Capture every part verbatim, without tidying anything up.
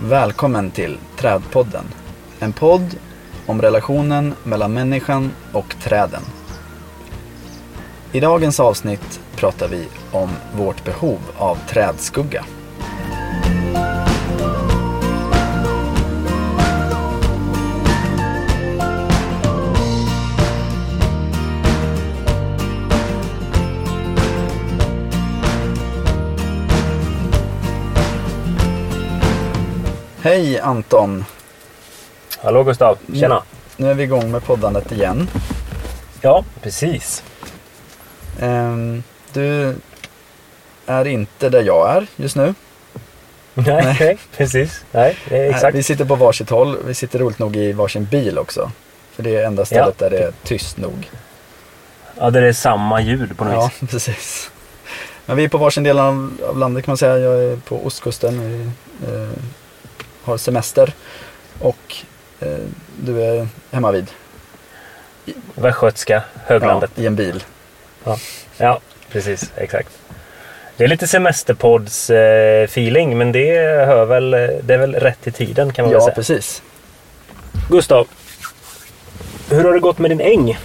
Välkommen till Trädpodden. En podd om relationen mellan människan och träden. I dagens avsnitt pratar vi om vårt behov av trädskugga. Hej Anton. Hallå Gustav, tjena. Nu, nu är vi igång med poddandet igen. Ja, precis. Um, du är inte där jag är just nu. Nej, Nej. Nej precis. Nej, exakt. Nej, vi sitter på varsitt håll. Vi sitter roligt nog i varsin bil också. För det är enda stället ja. där det är tyst nog. Ja, där det är samma ljud på något ja, vis. Ja, precis. Men vi är på varsin del av, av landet kan man säga. Jag är på ostkusten. Vi eh, har semester. Och eh, du är hemma vid. Västgötska, höglandet. Ja, i en bil. Ja, ja precis, exakt. Det är lite semesterpods eh, feeling, men det hör väl, det är väl rätt i tiden kan man ja, väl säga. Ja, precis. Gustav, hur har det gått med din äng?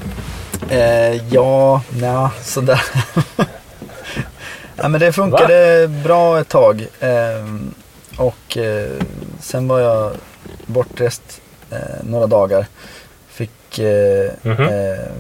Eh, ja, nej, sådär. ja, men det funkade Va? bra ett tag. Eh, och eh, sen var jag bortrest eh, några dagar. Fick eh, mm-hmm. eh,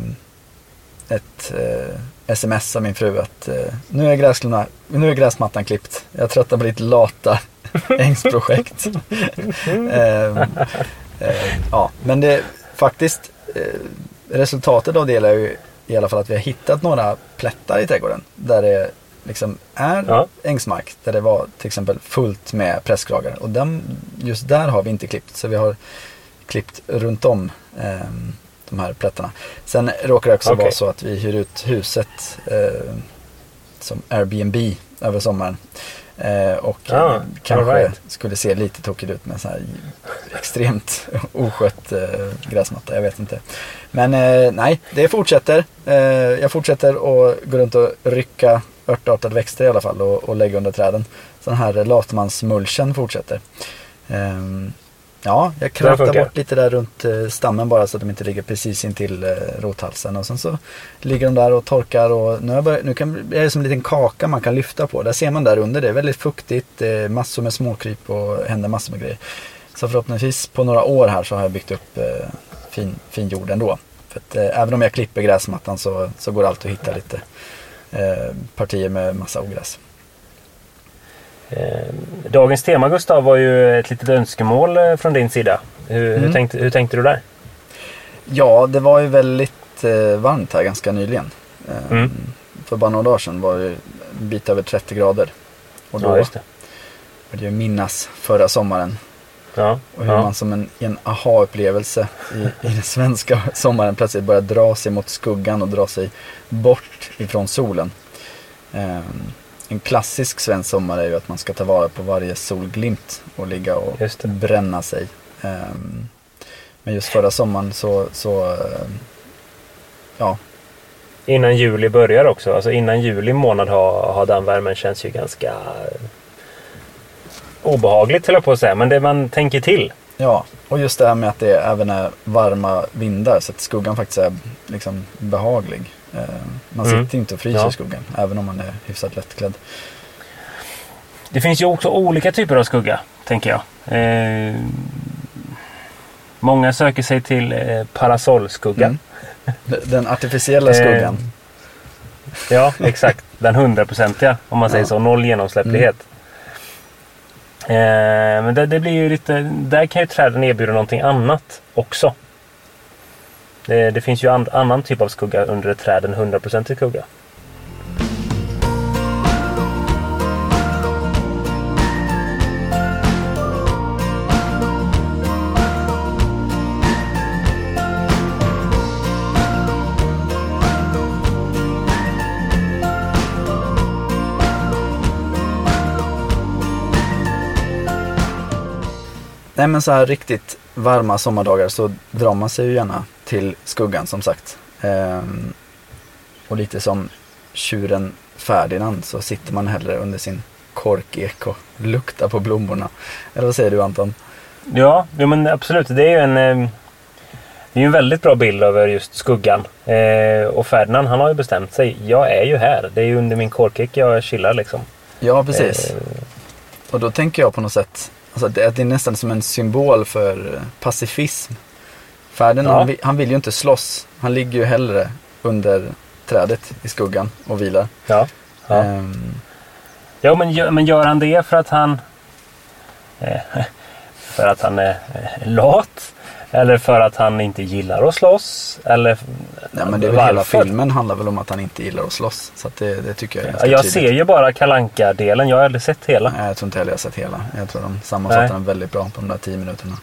ett eh, sms av min fru att eh, nu, är gräsklorna, nu är gräsmattan klippt. Jag tröttar på ditt lata ängsprojekt. eh, eh, ja, men det faktiskt eh, resultatet av det är ju i alla fall att vi har hittat några plättar i trädgården där det liksom är ja. ängsmark, där det var till exempel fullt med presskragar, och den, just där har vi inte klippt, så vi har klippt runt om eh, de här plättarna. Sen råkar det också okay. vara så att vi hyr ut huset eh, som Airbnb över sommaren. Eh, och ah, kanske right. skulle se lite tokigt ut med så här extremt oskött eh, gräsmatta, jag vet inte. Men eh, nej, det fortsätter. Eh, jag fortsätter att gå runt och rycka örtartade växter i alla fall och, och lägga under träden. Så den här latmansmulchen fortsätter. Eh, Ja, jag krattar bort lite där runt eh, stammen bara så att de inte ligger precis intill eh, rothalsen. Och sen så ligger de där och torkar, och nu, börjat, nu kan, är det som en liten kaka man kan lyfta på. Där ser man där under, det är väldigt fuktigt, eh, massor med småkryp och händer massor med grejer. Så förhoppningsvis på några år här så har jag byggt upp eh, fin, fin jord ändå. För att eh, även om jag klipper gräsmattan så, så går det alltid att hitta lite eh, partier med massa ogräs. Dagens tema, Gustav, var ju ett litet önskemål från din sida. Hur, mm. hur, tänkte, hur tänkte du där? Ja, det var ju väldigt eh, varmt här ganska nyligen. Eh, mm. För bara några dagar sedan var det en bit över trettio grader. Och då ja, just det. var det ju minnas förra sommaren. Ja, och hur ja. man som en, en aha-upplevelse i, i den svenska sommaren plötsligt börjar dra sig mot skuggan och dra sig bort ifrån solen. Eh, En klassisk svensk sommar är ju att man ska ta vara på varje solglimt och ligga och bränna sig. Um, men just förra sommaren så, så uh, ja. Innan juli börjar också, alltså innan juli månad har, har den värmen känns ju ganska obehagligt till jag på att säga, men det man tänker till. Ja, och just det här med att det även är varma vindar så att skuggan faktiskt är liksom behaglig. Man sitter mm. inte och fryser ja. i skuggan, även om man är hyfsat lättklädd. Det finns ju också olika typer av skugga, tänker jag. Eh, många söker sig till eh, parasolskugga. Mm. Den artificiella skuggan. Eh, ja, exakt. Den hundraprocentiga, om man ja. säger så. Noll genomsläpplighet. Mm. Eh, men det, det blir ju lite... Där kan ju träden erbjuda någonting annat också. Det, det finns ju en annan typ av skugga under ett träd än hundra procent skugga. Nej, men så här riktigt varma sommardagar så drar man sig ju gärna till skuggan, som sagt. Och lite som tjuren Ferdinand så sitter man hellre under sin korkek och lukta på blommorna. Eller vad säger du, Anton? Ja, ja men absolut. Det är ju en, eh, det är ju en väldigt bra bild över just skuggan. Eh, och Ferdinand, han har ju bestämt sig. Jag är ju här. Det är ju under min korkek jag chillar liksom. Ja, precis. Eh, och då tänker jag på något sätt alltså, att det är nästan som en symbol för pacifism. Ferdinand, ja. han, vill, han vill ju inte slåss. Han ligger ju hellre under trädet i skuggan och vilar. Ja, ja. Um, ja men, gör, men gör han det för att han eh, för att han är eh, lat? Eller för att han inte gillar att slåss? Eller, nej, men det är väl hela filmen handlar väl om att han inte gillar att slåss. Så att det, det tycker jag är ganska Jag tydligt. ser ju bara Kalanka-delen. Jag har aldrig sett hela. Nej, jag tror inte heller jag har sett hela. Jag tror de sammanfattar den väldigt bra på de där tio minuterna.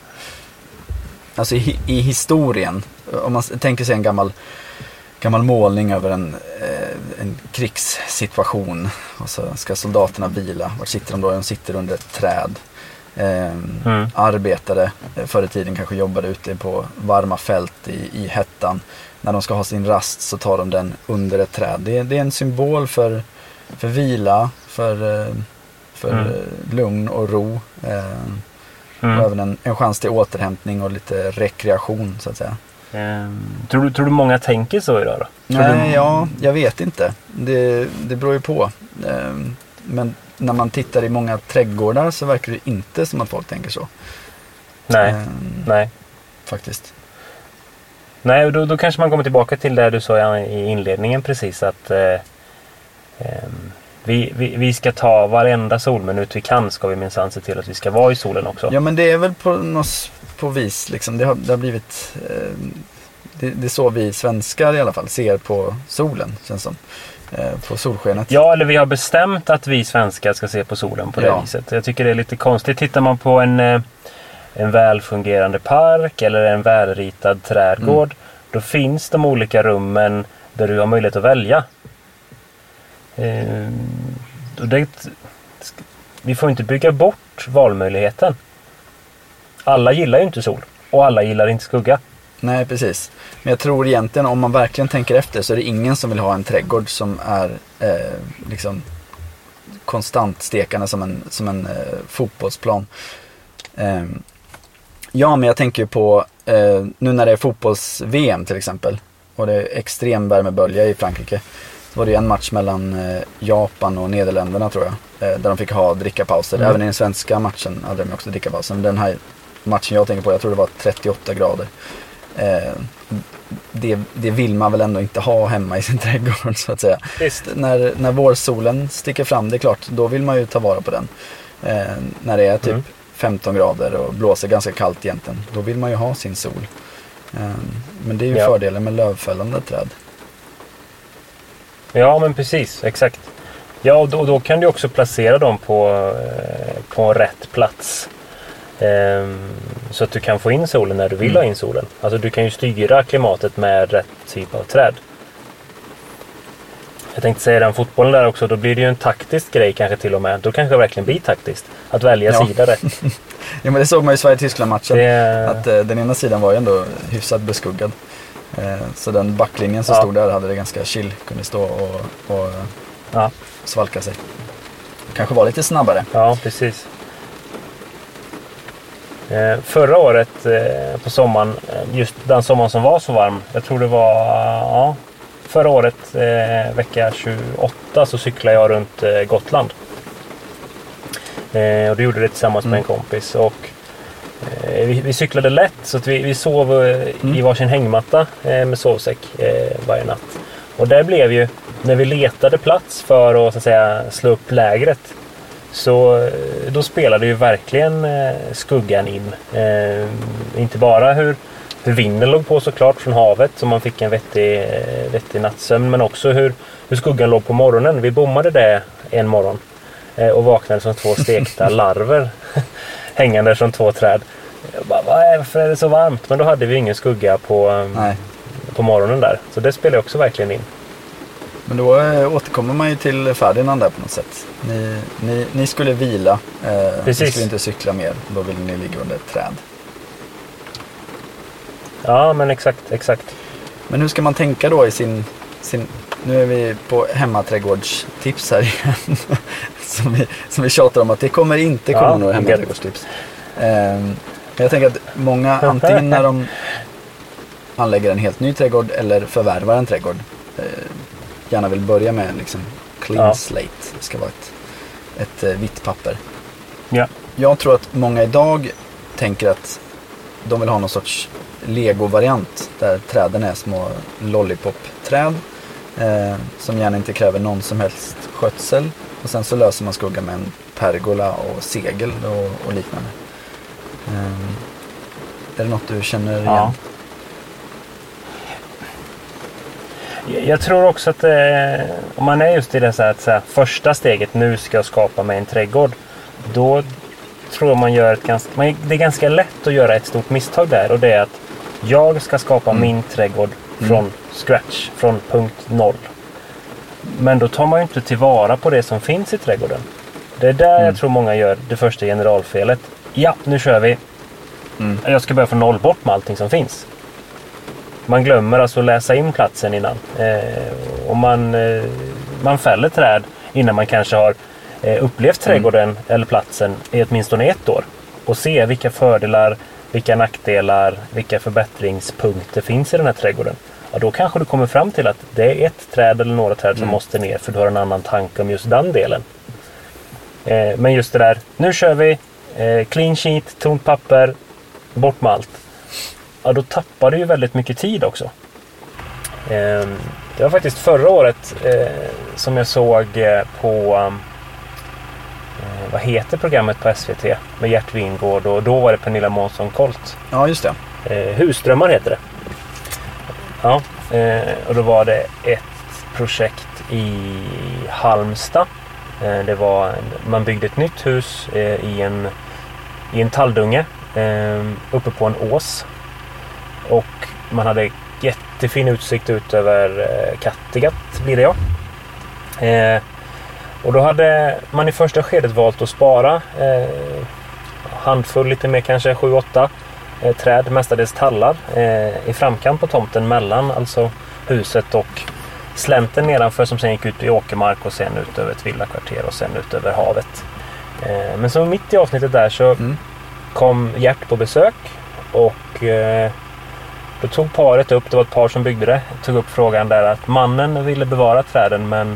Alltså i, i historien, om man tänker sig en gammal, gammal målning över en, eh, en krigssituation. Och så ska soldaterna vila. Var sitter de då? De sitter under ett träd. Eh, mm. Arbetare eh, förr i tiden kanske jobbade ute på varma fält i, i hettan. När de ska ha sin rast så tar de den under ett träd. Det, det är en symbol för, för vila, för, eh, för mm. eh, lugn och ro. Eh, Mm. Och även en, en chans till återhämtning och lite rekreation så att säga. Mm. Tror, du, tror du många tänker så idag då? Tror Nej, du... ja, jag vet inte. Det, det beror ju på. Um, men när man tittar i många trädgårdar så verkar det inte som att folk tänker så. Nej, um, nej. Faktiskt. Nej, då, då kanske man kommer tillbaka till det du sa i inledningen precis att eh, eh, Vi, vi, vi ska ta varenda solminut vi kan, ska vi minsann se till att vi ska vara i solen också. Ja, men det är väl på något på vis liksom, det har, det har blivit eh, det, det är så vi svenskar i alla fall ser på solen, känns som, eh, på solskenet. Ja, eller vi har bestämt att vi svenskar ska se på solen på det ja. viset. Jag tycker det är lite konstigt. Tittar man på en, en välfungerande park eller en välritad trädgård, mm. då finns de olika rummen där du har möjlighet att välja. Eh, det, vi får inte bygga bort valmöjligheten. Alla gillar ju inte sol och alla gillar inte skugga. Nej, precis. Men jag tror egentligen om man verkligen tänker efter så är det ingen som vill ha en trädgård som är eh, liksom konstant stekande som en, som en eh, fotbollsplan. Eh, ja, men jag tänker på eh, nu när det är fotbolls-V M till exempel och det är extrem värmebölja i Frankrike. Så var det en match mellan eh, Japan och Nederländerna tror jag. Eh, där de fick ha drickapauser. Mm. Även i den svenska matchen hade de också drickapauser. Men den här matchen jag tänker på, jag tror det var trettioåtta grader. Eh, det, det vill man väl ändå inte ha hemma i sin trädgård så att säga. När, när vårsolen sticker fram, det är klart, då vill man ju ta vara på den. Eh, när det är typ mm. femton grader och blåser ganska kallt egentligen, då vill man ju ha sin sol. Eh, men det är ju ja. fördelen med lövfällande träd. Ja, men precis, exakt. Ja, och då, då kan du också placera dem på, på rätt plats. Ehm, så att du kan få in solen när du vill mm. ha in solen. Alltså du kan ju styra klimatet med rätt typ av träd. Jag tänkte säga den fotbollen där också, då blir det ju en taktisk grej kanske till och med. Då kanske det verkligen blir taktiskt att välja ja. sida rätt. Ja, men det såg man ju i Sverige-Tyskland-matchen. Det... Att eh, den ena sidan var ju ändå hyfsat beskuggad. Så den backlinjen som ja. stod där hade det ganska chill. Kunde stå och, och ja. svalka sig. Kanske var lite snabbare. Ja, precis. Eh, förra året eh, på sommaren, just den sommaren som var så varm. Jag tror det var ja, förra året eh, vecka tjugoåtta så cyklade jag runt eh, Gotland. Eh, och då gjorde det tillsammans mm. med en kompis. Och Vi, vi cyklade lätt så att vi, vi sov mm. i varsin hängmatta eh, med sovsäck eh, varje natt. Och där blev ju, när vi letade plats för att, så att säga, slå upp lägret, så då spelade ju verkligen eh, skuggan in. Eh, inte bara hur, hur vinden låg på såklart från havet så man fick en vettig, eh, vettig nattsömn, men också hur, hur skuggan låg på morgonen. Vi bommade det en morgon eh, och vaknade som två stekta larver hängande som två träd. Jag bara, varför är det så varmt? Men då hade vi ingen skugga på, Nej. på morgonen där. Så det spelar också verkligen in. Men då äh, återkommer man ju till Ferdinand där på något sätt. Ni, ni, ni skulle vila. Eh, ni skulle inte cykla mer. Då ville ni ligga under ett träd. Ja, men exakt, exakt. Men hur ska man tänka då i sin, sin nu är vi på hemmaträdgårdstips här igen. som, vi, som vi tjatar om att det kommer inte komma ja, några hemmaträdgårdstips. Eh, men jag tänker att många antingen när de anlägger en helt ny trädgård eller förvärvar en trädgård eh, gärna vill börja med liksom clean ja. slate. Det ska vara ett, ett eh, vitt papper. Ja. Jag tror att många idag tänker att de vill ha någon sorts Lego-variant där träden är små lollipop-träd eh, som gärna inte kräver någon som helst skötsel. Och sen så löser man skugga med en pergola och segel och, och liknande. Eh, är det något du känner igen? Ja. Jag tror också att eh, om man är just i det så här, att så här, första steget, nu ska jag skapa mig en trädgård, då tror man gör ett ganska, man, det är ganska lätt att göra ett stort misstag där, och det är att jag ska skapa mm. min trädgård från mm. scratch, från punkt noll. Men då tar man ju inte tillvara på det som finns i trädgården. Det är där mm. jag tror många gör det första generalfelet. Ja, nu kör vi. Mm. Jag ska börja från noll bort med allting som finns. Man glömmer alltså att läsa in platsen innan. Eh, och man, eh, man fäller träd innan man kanske har eh, upplevt trädgården mm. eller platsen i åtminstone ett år. Och se vilka fördelar, vilka nackdelar, vilka förbättringspunkter finns i den här trädgården. Ja, då kanske du kommer fram till att det är ett träd eller några träd som mm. måste ner, för du har en annan tanke om just den delen. Eh, men just det där, nu kör vi eh, clean sheet, tomt papper, bort med allt. Ja, då tappar du ju väldigt mycket tid också. Eh, det var faktiskt förra året eh, som jag såg eh, på um, eh, vad heter programmet på S V T med Gert Wingård, och då var det Pernilla Månsson Colt. Ja, just det. Eh, Husdrömmar heter det. Ja, eh, och då var det ett projekt i Halmstad. Eh, det var en, man byggde ett nytt hus eh, i en i en talldunge eh, uppe på en ås. Och man hade jättefin utsikt ut över eh, Kattegatt, blir det ja. Eh, och då hade man i första skedet valt att spara eh, handfull, lite mer kanske sju åtta eh, träd, mestadels tallar eh, i framkant på tomten mellan alltså huset och slänten nedanför, som sen gick ut i åkermark och sen ut över ett villakvarter och sen ut över havet. Eh, men så mitt i avsnittet där så mm. kom Gert på besök, och eh, då tog paret upp, det var ett par som byggde det, tog upp frågan där att mannen ville bevara träden, men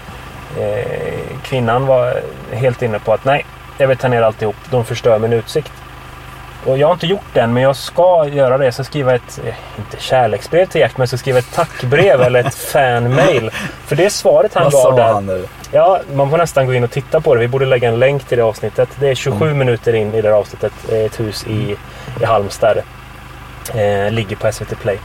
eh, kvinnan var helt inne på att nej, jag vill ta ner alltihop, de förstör min utsikt. Och jag har inte gjort den, men jag ska göra det. Så skriva ett, inte kärleksbrev till Gert, men så skriva ett tackbrev eller ett fanmail. För det svaret han gav där. Han nu? Ja, man får nästan gå in och titta på det. Vi borde lägga en länk till det avsnittet. Det är tjugosju mm. minuter in i det avsnittet. Ett hus i, i Halmstad. Eh, ligger på S V T Play.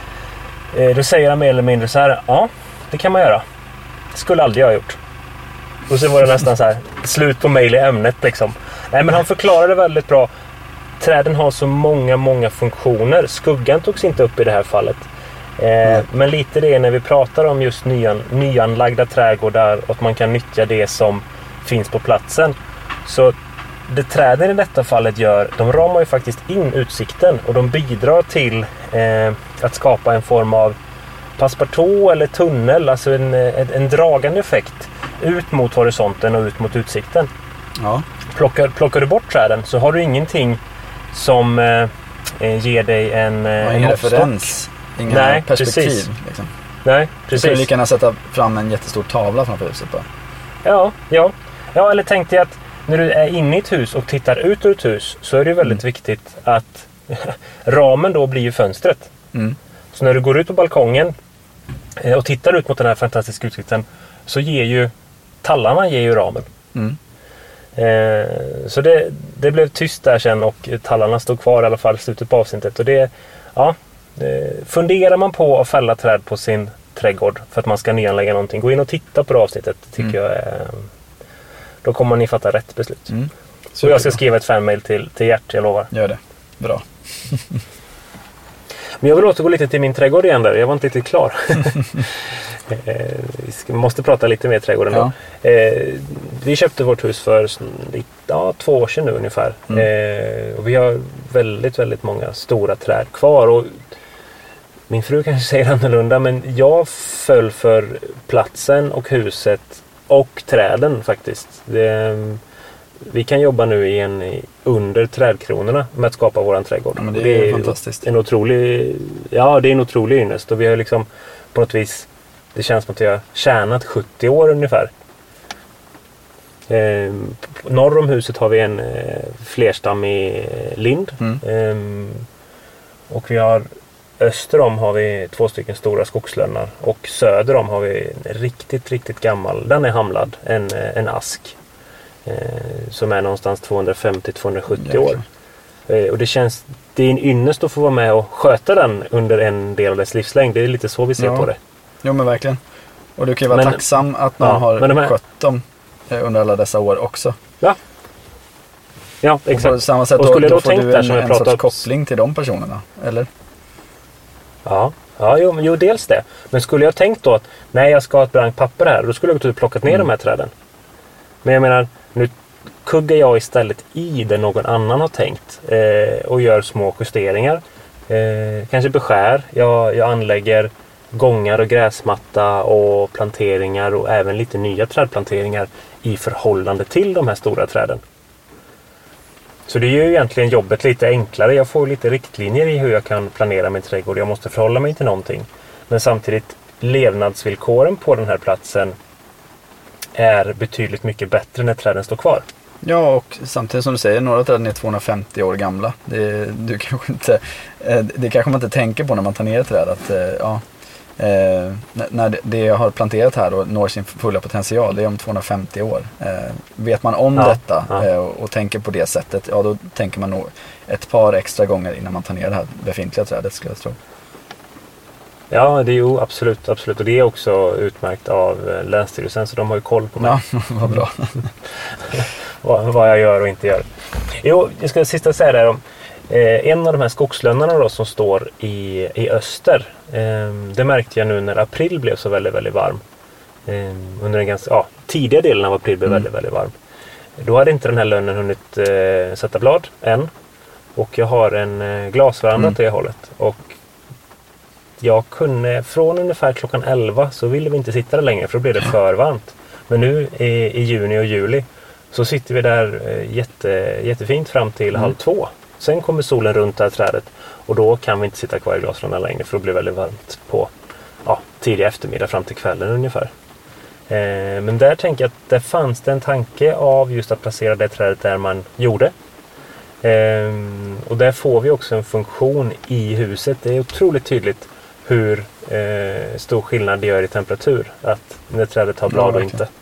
Eh, då säger han mer eller mindre så här: ja, det kan man göra. Det skulle aldrig jag ha gjort. Och så var det nästan så här slut på mail i ämnet liksom. Nej, men han förklarade väldigt bra. Träden har så många, många funktioner. Skuggan togs inte upp i det här fallet. Eh, mm. Men lite det när vi pratar om just nyan, nyanlagda trädgårdar och att man kan nyttja det som finns på platsen. Så det träden i detta fallet gör, de ramar ju faktiskt in utsikten och de bidrar till eh, att skapa en form av passepartout eller tunnel, alltså en, en, en dragande effekt ut mot horisonten och ut mot utsikten. Ja. Plockar, plockar du bort träden så har du ingenting som eh, ger dig en, ja, ingen referens, inga Nej, perspektiv. Precis. Liksom. Nej, precis. Du skulle lika gärna sätta fram en jättestor tavla framför huset bara. Ja, ja. Ja, eller tänkte jag att när du är inne i ett hus och tittar ut ur ett hus så är det väldigt mm. viktigt att ramen då blir ju fönstret. Mm. Så när du går ut på balkongen och tittar ut mot den här fantastiska utsikten så ger ju tallarna ger ju ramen. Mm. Eh, så det, det blev tyst där sen och tallarna stod kvar i alla fall i slutet på avsnittet. Och det, ja, eh, funderar man på att fälla träd på sin trädgård för att man ska nyanlägga någonting, gå in och titta på det avsnittet tycker mm. jag eh, då kommer ni fatta rätt beslut. Mm. Så jag ska skriva ett fanmail till, till Gert, jag lovar. Gör det, bra. Men jag vill återgå lite till min trädgård igen där. Jag var inte riktigt klar. Vi måste prata lite mer trädgården då. Ja. Eh, vi köpte vårt hus för ja, två år sedan nu ungefär. Mm. Eh, och vi har väldigt, väldigt många stora träd kvar. Och min fru kanske säger annorlunda, men jag föll för platsen och huset och träden faktiskt. Det, vi kan jobba nu i en, under trädkronorna med att skapa våran trädgård. Ja, men det är, det är fantastiskt. En otrolig, ja, det är en otrolig ynnest, och vi har liksom på något vis, det känns som att vi har tjänat sjuttio år ungefär. Eh, norr om huset har vi en eh, flerstammig lind. Mm. Eh, och vi har öster om har vi två stycken stora skogslönnar. Och söder om har vi en riktigt, riktigt gammal, den är hamlad, en, en ask. Eh, som är någonstans tvåhundrafemtio till tvåhundrasjuttio år. Eh, och det känns, det är en ynnest att få vara med och sköta den under en del av dess livslängd. Det är lite så vi ser ja. på det. Jo, men verkligen. Och du kan ju vara men, tacksam att någon ja, har men de här, skött dem under alla dessa år också. Ja. Ja, exakt. Och på samma sätt och skulle då, då, då får tänkt du där en, som jag en pratade sorts koppling till de personerna, eller? Ja, ja jo, jo, dels det. Men skulle jag tänkt då att nej, jag ska ha ett blankt papper här, då skulle jag gå ut och plockat ner mm. de här träden. Men jag menar, nu kuggar jag istället i det någon annan har tänkt eh, och gör små justeringar. Eh, kanske beskär. Jag, jag anlägger gångar och gräsmatta och planteringar och även lite nya trädplanteringar i förhållande till de här stora träden. Så det är ju egentligen jobbet lite enklare. Jag får lite riktlinjer i hur jag kan planera min trädgård. Jag måste förhålla mig till någonting. Men samtidigt, levnadsvillkoren på den här platsen är betydligt mycket bättre när träden står kvar. Ja, och samtidigt som du säger, några träden är tvåhundrafemtio år gamla. Det, du kanske inte, det kanske man inte tänker på när man tar ner ett träd. Att, ja, eh, när det jag har planterat här och når sin fulla potential, det är om tvåhundrafemtio år. Eh, vet man om ja, detta ja. Eh, och, och tänker på det sättet, ja, då tänker man nog ett par extra gånger innan man tar ner det här befintliga trädet, skulle jag tro. Ja, det är ju absolut, absolut. Och det är också utmärkt av Länsstyrelsen, så de har ju koll på mig. Ja, vad bra. vad, vad jag gör och inte gör. Jo, jag ska sista säga där om eh, en av de här skogslönnarna då som står i, i öster. Eh, det märkte jag nu när april blev så väldigt, väldigt varm. Eh, under den ganska, ja, tidiga delen av april blev mm. väldigt, väldigt varm. Då hade inte den här lönnen hunnit eh, sätta blad än. Och jag har en eh, glasveranda mm. till det hållet. Och jag kunde, från ungefär klockan elva så ville vi inte sitta där längre för då blev det för varmt. Men nu i, i juni och juli så sitter vi där jätte, jättefint fram till mm. halv två. Sen kommer solen runt det här trädet och då kan vi inte sitta kvar i glasverundan längre för då blir det väldigt varmt på ja, tidig eftermiddag fram till kvällen ungefär. Eh, men där tänker jag att det fanns det en tanke av just att placera det trädet där man gjorde. Eh, och där får vi också en funktion i huset. Det är otroligt tydligt hur eh, stor skillnad det gör i temperatur att när trädet har blad ja, och inte.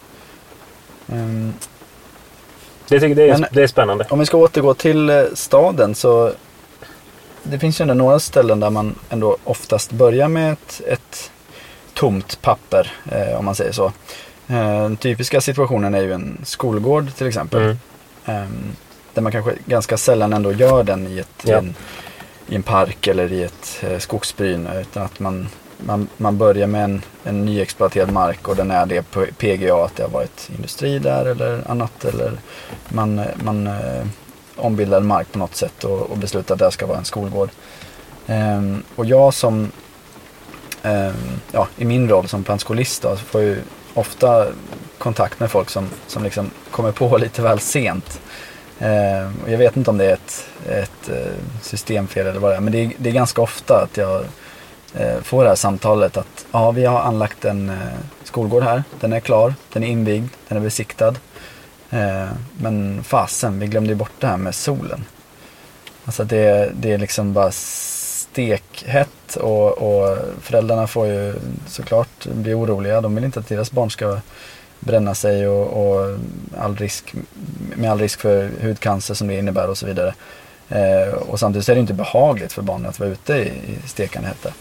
Um, det, tycker det, är, men, det är spännande. Om vi ska återgå till staden så det finns ju ändå några ställen där man ändå oftast börjar med ett, ett tomt papper eh, om man säger så. Eh, den typiska situationen är ju en skolgård till exempel. Mm. Eh, där man kanske ganska sällan ändå gör den i, ett, ja. i, en, i en park eller i ett eh, skogsbryn utan att man, man, man börjar med en, en nyexploaterad mark och den är det på P G A att det har varit industri där eller annat eller man, man eh, ombildar mark på något sätt och, och beslutar att det ska vara en skolgård. Eh, och jag som eh, ja, i min roll som plantskolist då, så får jag ju ofta kontakt med folk som, som liksom kommer på lite väl sent. Eh, och jag vet inte om det är ett, ett eh, systemfel eller vad det är, men det är, det är ganska ofta att jag eh, får det här samtalet att ja, vi har anlagt en eh, skolgård här, den är klar, den är invigd, den är besiktad. Eh, men fasen, vi glömde ju bort det här med solen. Alltså det, det är liksom bara stekhett och, och föräldrarna får ju såklart bli oroliga. De vill inte att deras barn ska bränna sig och, och all risk, med all risk för hudcancer som det innebär och så vidare. Eh, och samtidigt är det inte behagligt för barnen att vara ute i, i stekande hetta.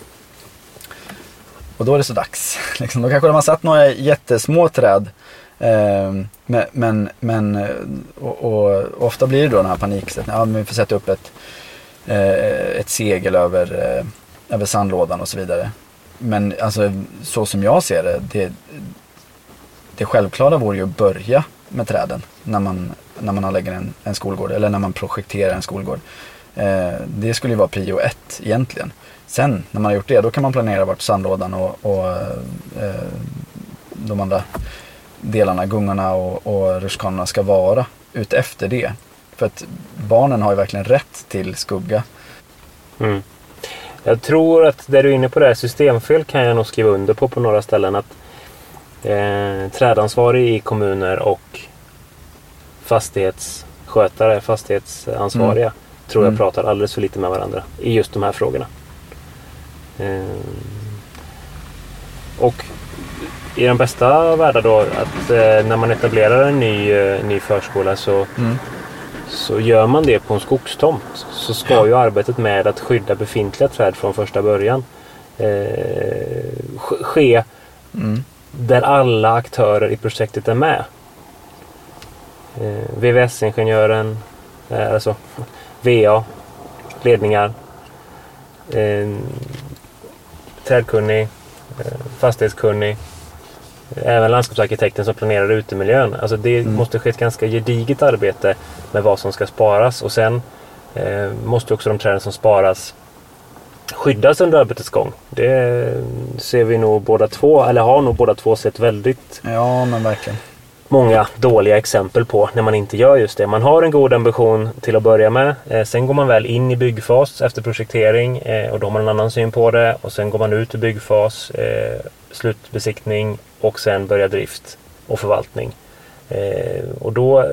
Och då är det så dags. liksom, då kanske de har satt några jättesmå träd. Eh, men men, men och, och ofta blir det då den här paniksättningen. Ja, vi får sätta upp ett, eh, ett segel över, eh, över sandlådan och så vidare. Men alltså, så som jag ser det, det Det självklara vore ju att börja med träden när man, när man anlägger en, en skolgård eller när man projekterar en skolgård. Eh, det skulle ju vara prio ett egentligen. Sen när man har gjort det, då kan man planera vart sandlådan och, och eh, de andra delarna, gungorna och, och rutschkanorna ska vara ut efter det. För att barnen har ju verkligen rätt till skugga. Mm. Jag tror att det du är inne på det här systemfel kan jag nog skriva under på på några ställen. Att eh, trädansvarig i kommuner och fastighetsskötare, fastighetsansvariga mm. tror jag mm. pratar alldeles för lite med varandra i just de här frågorna. Eh, och i den bästa världen då att eh, när man etablerar en ny, eh, ny förskola så, mm. så gör man det på en skogstomt, så ska ja. ju arbetet med att skydda befintliga träd från första början eh, ske mm. där alla aktörer i projektet är med. Eh, V V S-ingenjören, eh, alltså V A, ledningar, eh, trädkunnig, eh, fastighetskunnig, även landskapsarkitekten som planerar utemiljön. Alltså det mm. måste ske ett ganska gediget arbete med vad som ska sparas. Och sen eh, måste också de träden som sparas skyddas under arbetets gång. Det ser vi nog båda två, eller har nog båda två sett väldigt ja, men verkligen. många dåliga exempel på när man inte gör just det. Man har en god ambition till att börja med. Eh, sen går man väl in i byggfas efter projektering eh, och då har man en annan syn på det. Och sen går man ut i byggfas, eh, slutbesiktning och sen börjar drift och förvaltning. Eh, och då...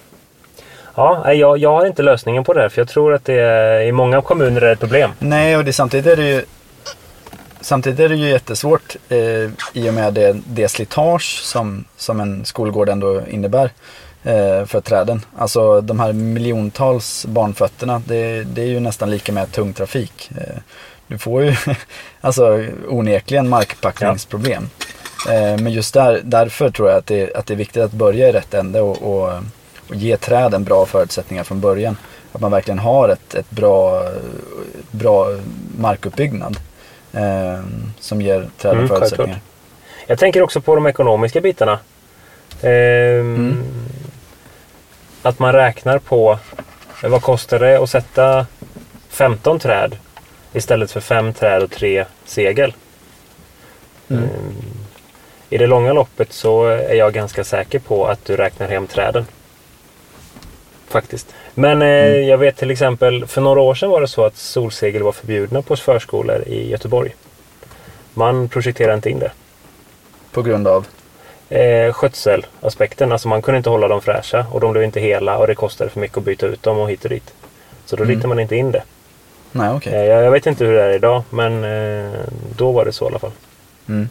Ja, jag, jag har inte lösningen på det här, för jag tror att det är, i många kommuner är ett problem. Nej, och det, samtidigt är det ju Samtidigt är det ju jättesvårt eh, i och med det, det slitage som, som en skolgård ändå innebär eh, för träden. Alltså de här miljontals barnfötterna, det, det är ju nästan lika med tung trafik. Eh, du får ju alltså onekligen markpackningsproblem. Ja. Eh, men just där, därför tror jag att det, att det är viktigt att börja i rätt ände och, och, och ge träden bra förutsättningar från början. Att man verkligen har ett, ett bra, bra markuppbyggnad. Eh, som ger träden mm, förutsättningar. Självklart. Jag tänker också på de ekonomiska bitarna. Eh, mm. Att man räknar på vad kostar det att sätta femton träd istället för fem träd och tre segel. Mm. Eh, I det långa loppet så är jag ganska säker på att du räknar hem träden. Faktiskt. Men eh, mm. jag vet till exempel, för några år sedan var det så att solsegel var förbjudna på förskolor i Göteborg. Man projekterade inte in det. På grund av? Eh, skötselaspekten. Alltså man kunde inte hålla dem fräscha och de blev inte hela och det kostade för mycket att byta ut dem och hit och dit. Så då mm. ritade man inte in det. Nej, okej. Okay. Eh, jag, jag vet inte hur det är idag, men eh, då var det så i alla fall. Mm.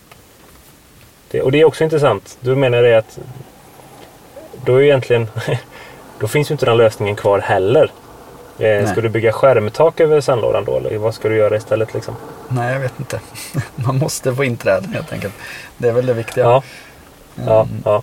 Det, och det är också intressant. Du menar det att då är egentligen... Då finns ju inte den lösningen kvar heller. Eh, ska du bygga skärmtak över sandlådan då? Eller vad ska du göra istället liksom? Nej, jag vet inte. Man måste få in träden helt enkelt. Det är väl det viktiga. Ja, ja, mm. ja.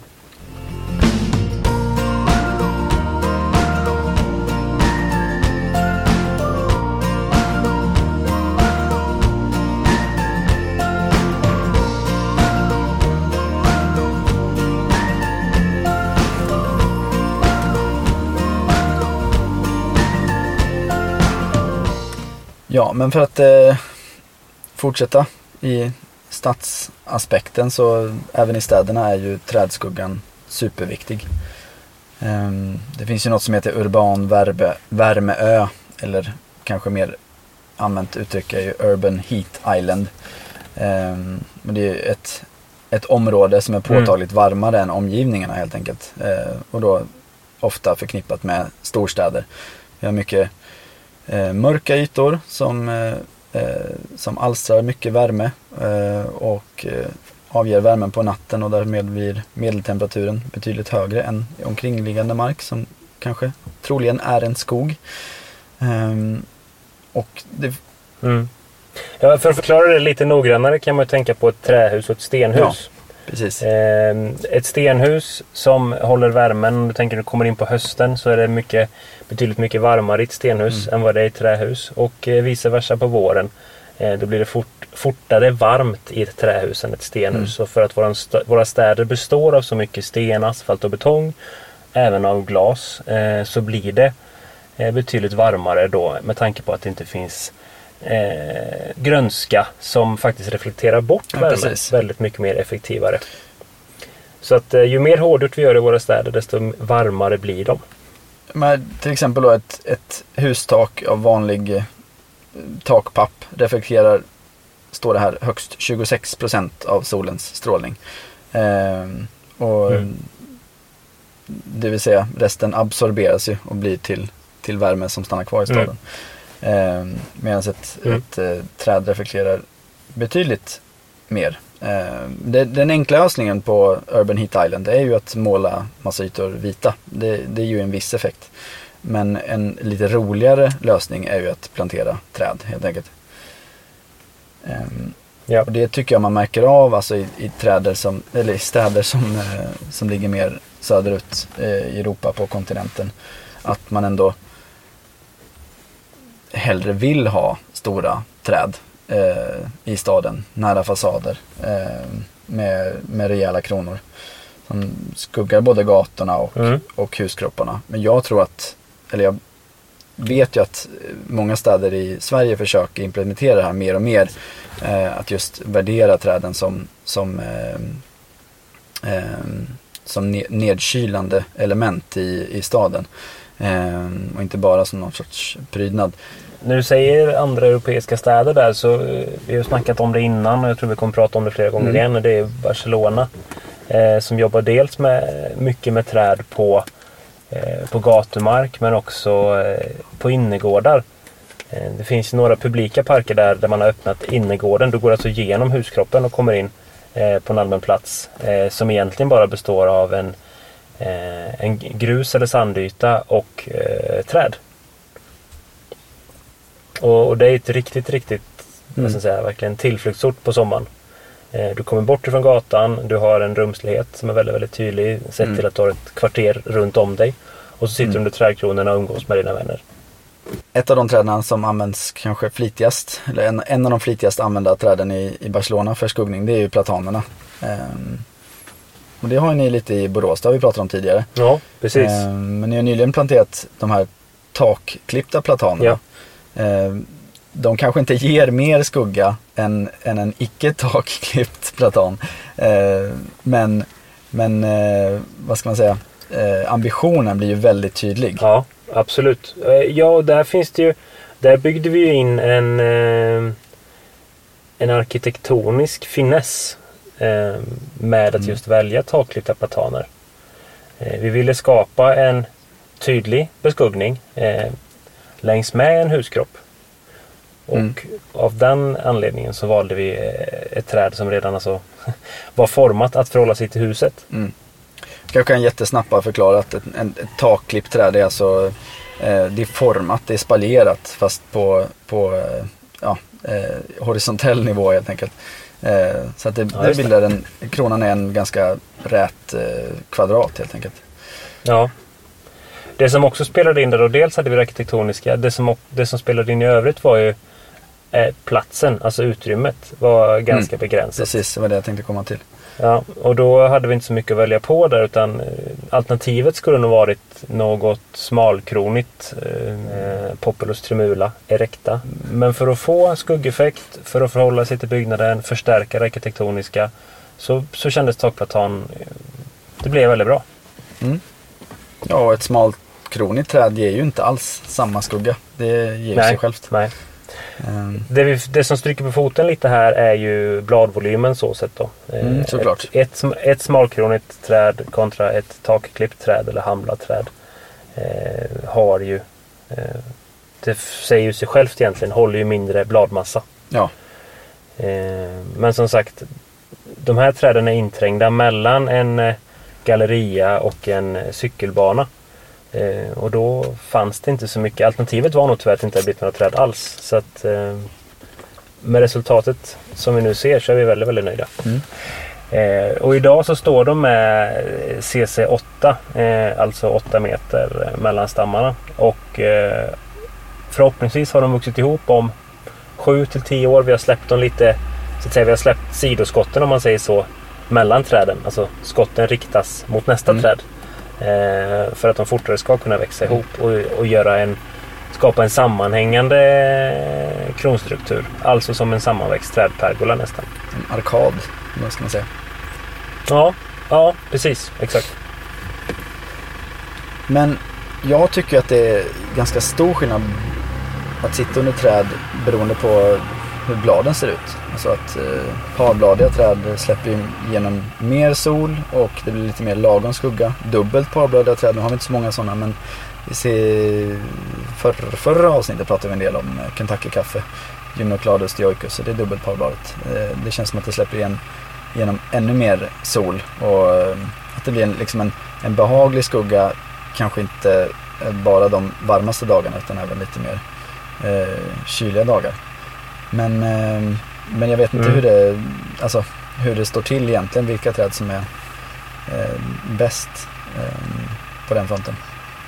Ja, men för att eh, fortsätta i stadsaspekten så även i städerna är ju trädskuggan superviktig. Um, det finns ju något som heter urban värme, värmeö eller kanske mer använt uttryck är ju Urban Heat Island. Um, det är ju ett, ett område som är påtagligt mm. varmare än omgivningarna helt enkelt. Uh, och då ofta förknippat med storstäder. Vi har mycket Eh, mörka ytor som, eh, som alstrar mycket värme eh, och eh, avger värmen på natten och därmed blir medeltemperaturen betydligt högre än omkringliggande mark som kanske troligen är en skog. Eh, och det... mm. Ja, för att förklara det lite noggrannare kan man tänka på ett trähus och ett stenhus. Ja. Precis. Eh, ett stenhus som håller värmen, om du tänker att du kommer in på hösten så är det mycket, betydligt mycket varmare i ett stenhus mm. än vad det är i ett trähus. Och eh, vice versa på våren. Eh, då blir det fort, fortare varmt i ett trähus än ett stenhus. Mm. Så för att våra, st- våra städer består av så mycket sten, asfalt och betong, även av glas, eh, så blir det eh, betydligt varmare då, med tanke på att det inte finns eh, grönska som faktiskt reflekterar bort ja, värme precis. väldigt mycket mer effektivare. Så att eh, ju mer hårdgjort vi gör i våra städer, desto varmare blir de. Men till exempel då ett, ett hustak av vanlig eh, takpapp reflekterar, står det här, högst tjugosex procent av solens strålning. Eh, och mm. Det vill säga resten absorberas ju och blir till, till värme som stannar kvar i staden. Mm. Eh, Medan ett, mm. ett eh, träd reflekterar betydligt mer. Eh, det, den enkla lösningen på Urban Heat Island är ju att måla massa ytor vita. Det, det är ju en viss effekt. Men en lite roligare lösning är ju att plantera träd helt enkelt. Eh, ja. Och det tycker jag man märker av alltså i, i, träder som, eller i städer som, eh, som ligger mer söderut eh, i Europa på kontinenten. Att man ändå hellre vill ha stora träd eh, i staden, nära fasader eh, med, med rejäla kronor som skuggar både gatorna och, mm. och huskropparna. Men jag tror att, eller jag vet ju att många städer i Sverige försöker implementera det här mer och mer, eh, att just värdera träden som som eh, eh, som nedkylande element i, i staden eh, och inte bara som någon sorts prydnad. När du säger andra europeiska städer där, så vi har snackat om det innan och jag tror vi kommer prata om det flera gånger mm. igen, och det är Barcelona eh, som jobbar dels med mycket med träd på, eh, på gatumark, men också eh, på innergårdar. Eh, det finns några publika parker där, där man har öppnat innergården. Du går alltså genom huskroppen och kommer in eh, på en allmän plats eh, som egentligen bara består av en, eh, en grus- eller sandyta och eh, träd. Och det är ett riktigt, riktigt mm. jag säga, verkligen tillflyktsort på sommaren. Du kommer bort ifrån gatan, du har en rumslighet som är väldigt, väldigt tydlig, sett mm. till att du har ett kvarter runt om dig. Och så sitter mm. du under trädkronorna och umgås med dina vänner. Ett av de träden som används kanske flitigast, eller en, en av de flitigast använda träden i, i Barcelona för skuggning, det är ju platanerna. Um, och det har ni lite i Borås, det har vi pratat om tidigare. Ja, precis. Um, men ni har nyligen planterat de här takklippta platanerna. Ja. De kanske inte ger mer skugga än, än en icke takklippt platan. Men, men vad ska man säga? Ambitionen blir ju väldigt tydlig. Ja, absolut. Ja, där finns det ju, där byggde vi in en, en arkitektonisk finess med att just välja takklippta plataner. Vi ville skapa en tydlig beskuggning längs med en huskropp. Och mm. av den anledningen så valde vi ett träd som redan alltså var format att förhålla sig till huset. Mm. Jag kan jättesnabbt bara förklara att ett, ett, ett takklippt träd är alltså eh, det är format, det är spaljerat fast på, på eh, ja, eh, horisontell nivå helt enkelt. Eh, så att det, ja, det bildar en, kronan är en ganska rät eh, kvadrat helt enkelt. Ja. Det som också spelade in där, och dels hade vi arkitektoniska, det som, det som spelade in i övrigt var ju eh, platsen, alltså utrymmet var ganska mm, begränsat. Precis, det var det jag tänkte komma till. Ja, och då hade vi inte så mycket att välja på där, utan eh, alternativet skulle nog varit något smalkronigt, eh, Populus tremula, erecta. Men för att få en skuggeffekt, för att förhålla sig till byggnaden, förstärka det arkitektoniska, så, så kändes takplatan, det blev väldigt bra. Mm. Ja, ett smalt kronigt träd ger ju inte alls samma skugga. Det ger nej, sig självt. Nej. Um. Det, vi, det som stryker på foten lite här är ju bladvolymen så sett då. Mm, såklart. Ett, ett, ett smalkronigt träd kontra ett takklippt träd eller hamlat träd eh, har ju, eh, det säger ju sig självt egentligen, håller ju mindre bladmassa. Ja. Eh, men som sagt, de här träden är inträngda mellan en galleria och en cykelbana. Eh, och då fanns det inte så mycket. Alternativet var nog tyvärr att det inte hade blivit några träd alls. Så att eh, med resultatet som vi nu ser så är vi väldigt, väldigt nöjda. Mm. Eh, och idag så står de med C C åtta, eh, alltså åtta meter mellan stammarna. Och eh, förhoppningsvis har de vuxit ihop om sju till tio år. Vi har släppt dem lite, så att säga, vi har släppt sidoskotten om man säger så, mellan träden. Alltså skotten riktas mot nästa mm. träd. Eh, för att de fortare ska kunna växa ihop och, och göra en, skapa en sammanhängande kronstruktur. Alltså som en sammanväxt trädpergola nästan. En arkad, vad ska man säga. Ja, ja, precis, exakt. Men jag tycker att det är ganska stor skillnad att sitta under träd beroende på hur bladen ser ut. Alltså att eh, parbladiga träd släpper igenom mer sol och det blir lite mer lagom skugga. Dubbelt parbladiga träd, nu har vi inte så många sådana, men vi ser för, förra avsnittet pratade vi en del om Kentucky-kaffe, Gymnocladus dioicus, så det är dubbelt parbladigt. Eh, det känns som att det släpper igen, igenom ännu mer sol och eh, att det blir en, liksom en, en behaglig skugga, kanske inte bara de varmaste dagarna utan även lite mer eh, kyliga dagar. Men, eh, men jag vet inte mm. hur, det, alltså, hur det står till egentligen, vilka träd som är eh, bäst eh, på den fronten.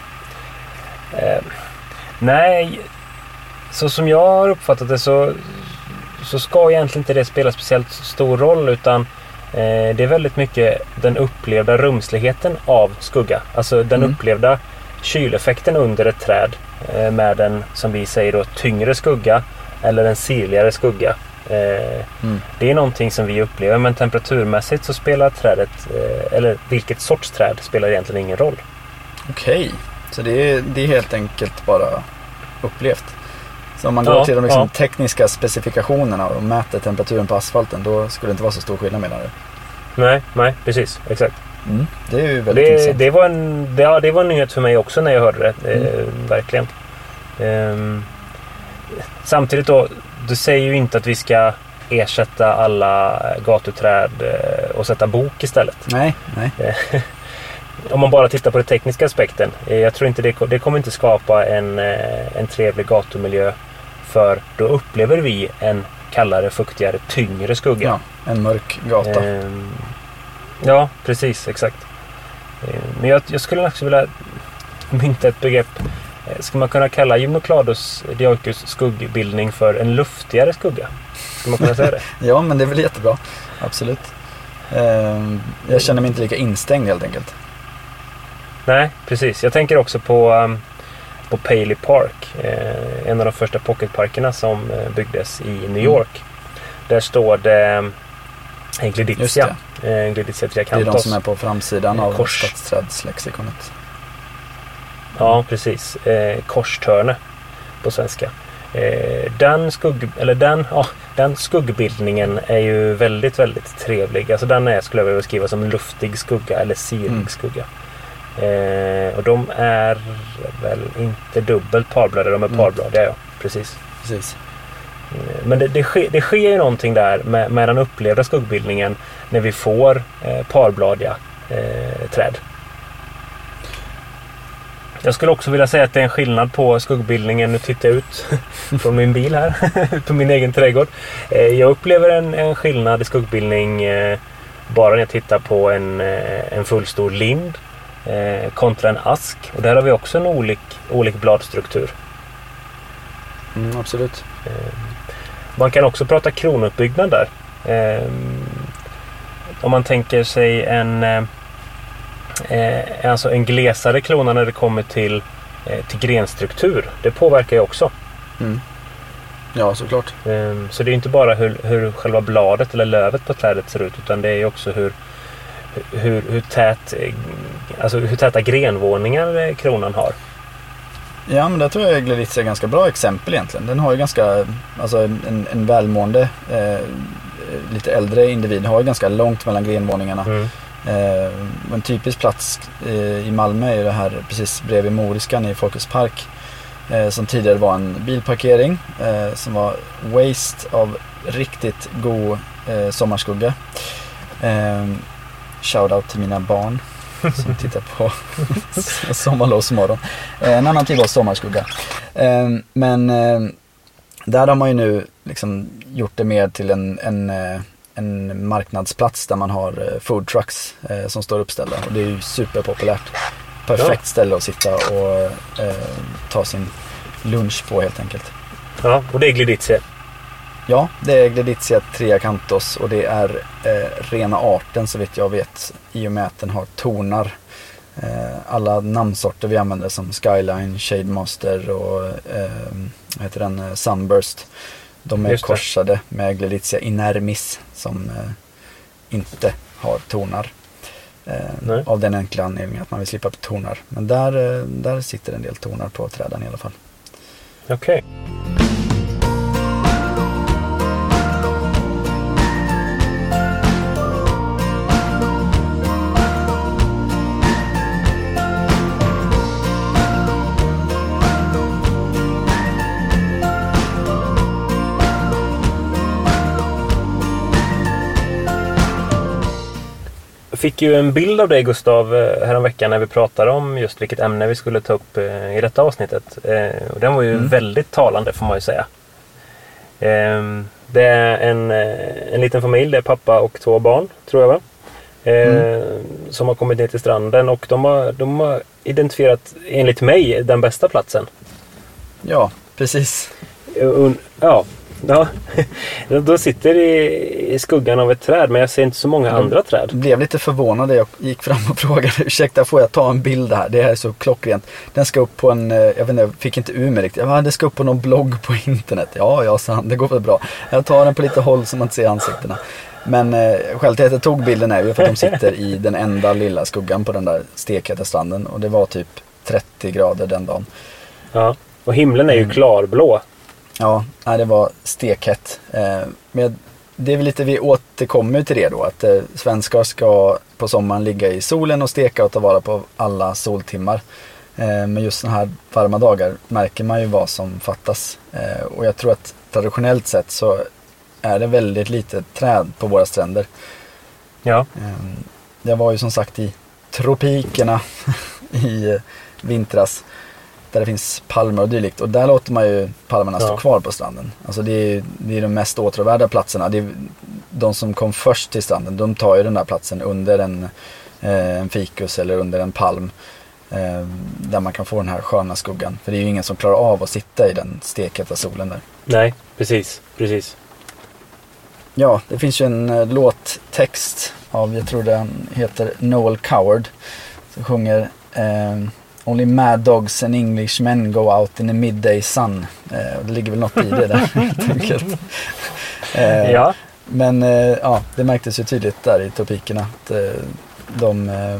Eh, nej, så som jag har uppfattat det så, så ska egentligen inte det spela speciellt stor roll, utan eh, det är väldigt mycket den upplevda rumsligheten av skugga. Alltså den mm. upplevda kyleffekten under ett träd eh, med en, som vi säger då, tyngre skugga eller en sirligare skugga. Eh, mm. Det är någonting som vi upplever, men temperaturmässigt så spelar trädet, eh, eller vilket sorts träd, spelar egentligen ingen roll. Okej, okay. Så det är, det är helt enkelt bara upplevt. Så om man går ja, till de liksom ja. tekniska specifikationerna och mäter temperaturen på asfalten, då skulle det inte vara så stor skillnad, menar du? Nej, nej, precis, exakt. Mm, det är ju väldigt det, intressant. Det var, en, det, ja, det var en nyhet för mig också när jag hörde det, mm. eh, verkligen. Um, samtidigt då, du säger ju inte att vi ska ersätta alla gatuträd och sätta bok istället. Nej, nej. Om man bara tittar på den tekniska aspekten. Jag tror inte det, det kommer inte skapa en, en trevlig gatumiljö, för då upplever vi en kallare, fuktigare, tyngre skugga. Ja, en mörk gata. Ehm, ja, precis, exakt. Ehm, men jag, jag skulle också vilja mynta ett begrepp. Ska man kunna kalla Gymnocladus dioicus skuggbildning för en luftigare skugga? Ska man kunna säga det? Ja, men det är väl jättebra. Absolut. Ehm, jag känner mig inte lika instängd helt enkelt. Nej, precis. Jag tänker också på, um, på Paley Park. Eh, en av de första pocketparkerna som eh, byggdes i New York. Mm. Där står det en Gleditia. En Gleditia triacanthos. Det är de som är på framsidan av Kors. stadsträdslexikonet. Ja, precis. Eh, korstörne på svenska. Eh, den, skugg, eller den, ja, den skuggbildningen är ju väldigt, väldigt trevlig. Alltså den är, skulle jag vilja beskriva som luftig skugga eller sirlig mm. skugga. Eh, och de är väl inte dubbelt parbladiga, de är mm. parbladiga, ja, precis. precis. Eh, men det, det, sker, det sker ju någonting där med, med den upplevda skuggbildningen när vi får eh, parbladiga eh, träd. Jag skulle också vilja säga att det är en skillnad på skuggbildningen. Nu tittar jag ut från min bil här, på min egen trädgård. Eh, jag upplever en, en skillnad i skuggbildning eh, bara när jag tittar på en, en fullstor lind Eh, kontra en ask, och där har vi också en olik, olik bladstruktur. Mm, absolut. Eh, man kan också prata kronuppbyggnad där. Eh, om man tänker sig en eh, alltså en glesare krona när det kommer till, eh, till grenstruktur, det påverkar ju också. Mm. Ja, såklart. Eh, så det är inte bara hur, hur själva bladet eller lövet på trädet ser ut, utan det är också hur Hur, hur, tät, alltså hur täta grenvåningar kronan har. Ja, men där tror jag Gleditia är ganska bra exempel egentligen. Den har ju ganska, alltså en, en välmående eh, lite äldre individ har ju ganska långt mellan grenvåningarna. Mm. Eh, en typisk plats eh, i Malmö är ju det här precis bredvid Moriskan i Folkets park, eh, som tidigare var en bilparkering eh, som var waste av riktigt god eh, sommarskugga. Eh, Shoutout till mina barn som tittar på sommarlovsmorgon. En annan typ av sommarskugga. Men där har man ju nu liksom gjort det mer till en, en, en marknadsplats där man har food trucks som står uppställda. Och det är ju superpopulärt. Perfekt ställe att sitta och ta sin lunch på helt enkelt. Ja, och det är Gleditia. Ja, det är Gleditia triacanthos och det är eh, rena arten så vitt jag vet, i och med att den har tornar eh, alla namnsorter vi använder som Skyline, Shademaster och eh, vad heter den, Sunburst. De är korsade med Gleditsia inermis som eh, inte har tornar. Eh, av den enkla anledningen att man vill slippa på tornar. Men där, eh, där sitter en del tornar på träden i alla fall. Okej. Okay. Jag fick ju en bild av dig, Gustav, häromveckan när vi pratade om just vilket ämne vi skulle ta upp i detta avsnittet. Och den var ju mm. väldigt talande, får man ju säga. Det är en, en liten familj, det är pappa och två barn, tror jag va? Mm. Som har kommit ner till stranden och de har, de har identifierat, enligt mig, den bästa platsen. Ja, precis. Ja. Ja, då sitter i, i skuggan av ett träd, men jag ser inte så många mm. andra träd. Jag blev lite förvånad när jag gick fram och frågade, ursäkta, får jag ta en bild här? Det här är så klockrent. Den ska upp på en, jag vet inte, jag fick inte ur mig riktigt. Ja, den ska upp på någon blogg på internet. Ja, ja, så det går väl bra. Jag tar den på lite håll så man inte ser ansiktena. Men eh, självt jag tog bilden är ju för att de sitter i den enda lilla skuggan på den där stekheta stranden. Och det var typ trettio grader den dagen. Ja, och himlen är ju mm. klarblå. Ja, det var stekhett. Men det är väl lite, vi återkommer till det då. Att svenskar ska på sommaren ligga i solen och steka och ta vara på alla soltimmar. Men just sådana här varma dagar märker man ju vad som fattas. Och jag tror att traditionellt sett så är det väldigt lite träd på våra stränder. Ja. Jag var ju som sagt i tropikerna i vintras. Där det finns palmer och dylikt. Och där låter man ju palmerna stå ja. kvar på stranden. Alltså det är, det är de mest åtråvärda platserna. Det är, de som kom först till stranden, de tar ju den där platsen under en, eh, en fikus eller under en palm. Eh, där man kan få den här sköna skuggan. För det är ju ingen som klarar av att sitta i den stekheta solen där. Nej, precis. precis. Ja, det finns ju en eh, låttext av, jag tror den heter Noel Coward. Som sjunger... Eh, Only mad dogs and Englishmen go out in the midday sun. Eh, det ligger väl något i det där helt enkelt. Eh, ja. Men eh, ja, det märktes ju tydligt där i tropikerna att eh, de eh,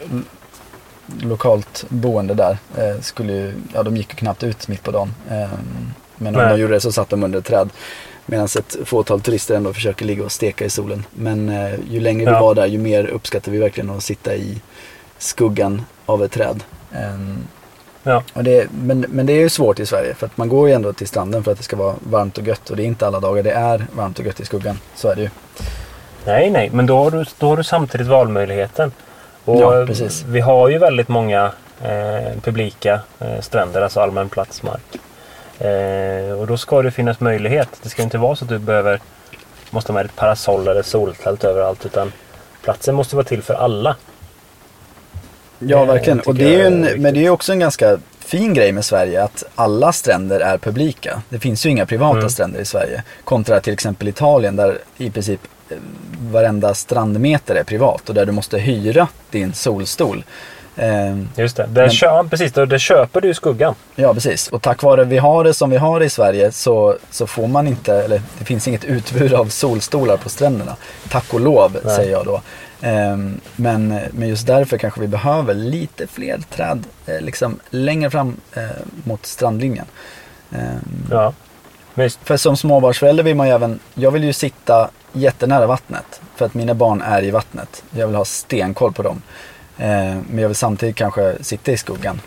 lokalt boende där eh, skulle ju, ja de gick ju knappt ut mitt på dagen. Eh, men om Nej. de gjorde det så satt de under ett träd. Medan ett fåtal turister ändå försöker ligga och steka i solen. Men eh, ju längre ja. vi var där, ju mer uppskattar vi verkligen att sitta i skuggan av ett träd. Um, ja. och det, men, men det är ju svårt i Sverige för att man går ju ändå till stranden för att det ska vara varmt och gött och det är inte alla dagar det är varmt och gött i skuggan, så är det ju. Nej, nej, men då har du, då har du samtidigt valmöjligheten och ja, precis. Vi har ju väldigt många eh, publika eh, stränder, alltså allmän platsmark eh, och då ska det finnas möjlighet. Det ska inte vara så att du behöver måste ha med ett parasoll eller soltält överallt, utan platsen måste vara till för alla. Ja, verkligen. Och det är ju en, men det är ju också en ganska fin grej med Sverige att alla stränder är publika. Det finns ju inga privata mm. stränder i Sverige. Kontra till exempel Italien där i princip varenda strandmeter är privat och där du måste hyra din solstol. Just det, där, men, kö- precis, där, där köper du skuggan. Ja, precis. Och tack vare vi har det som vi har i Sverige så, så får man inte, eller det finns inget utbud av solstolar på stränderna. Tack och lov, Nej. säger jag då. Um, men, men just därför kanske vi behöver lite fler träd eh, liksom längre fram eh, mot strandlinjen. Um, ja. Visst. För som småbarnsförälder vill man ju även, jag vill ju sitta jättenära vattnet för att mina barn är i vattnet. Jag vill ha stenkoll på dem. Uh, men jag vill samtidigt kanske sitta i skuggan.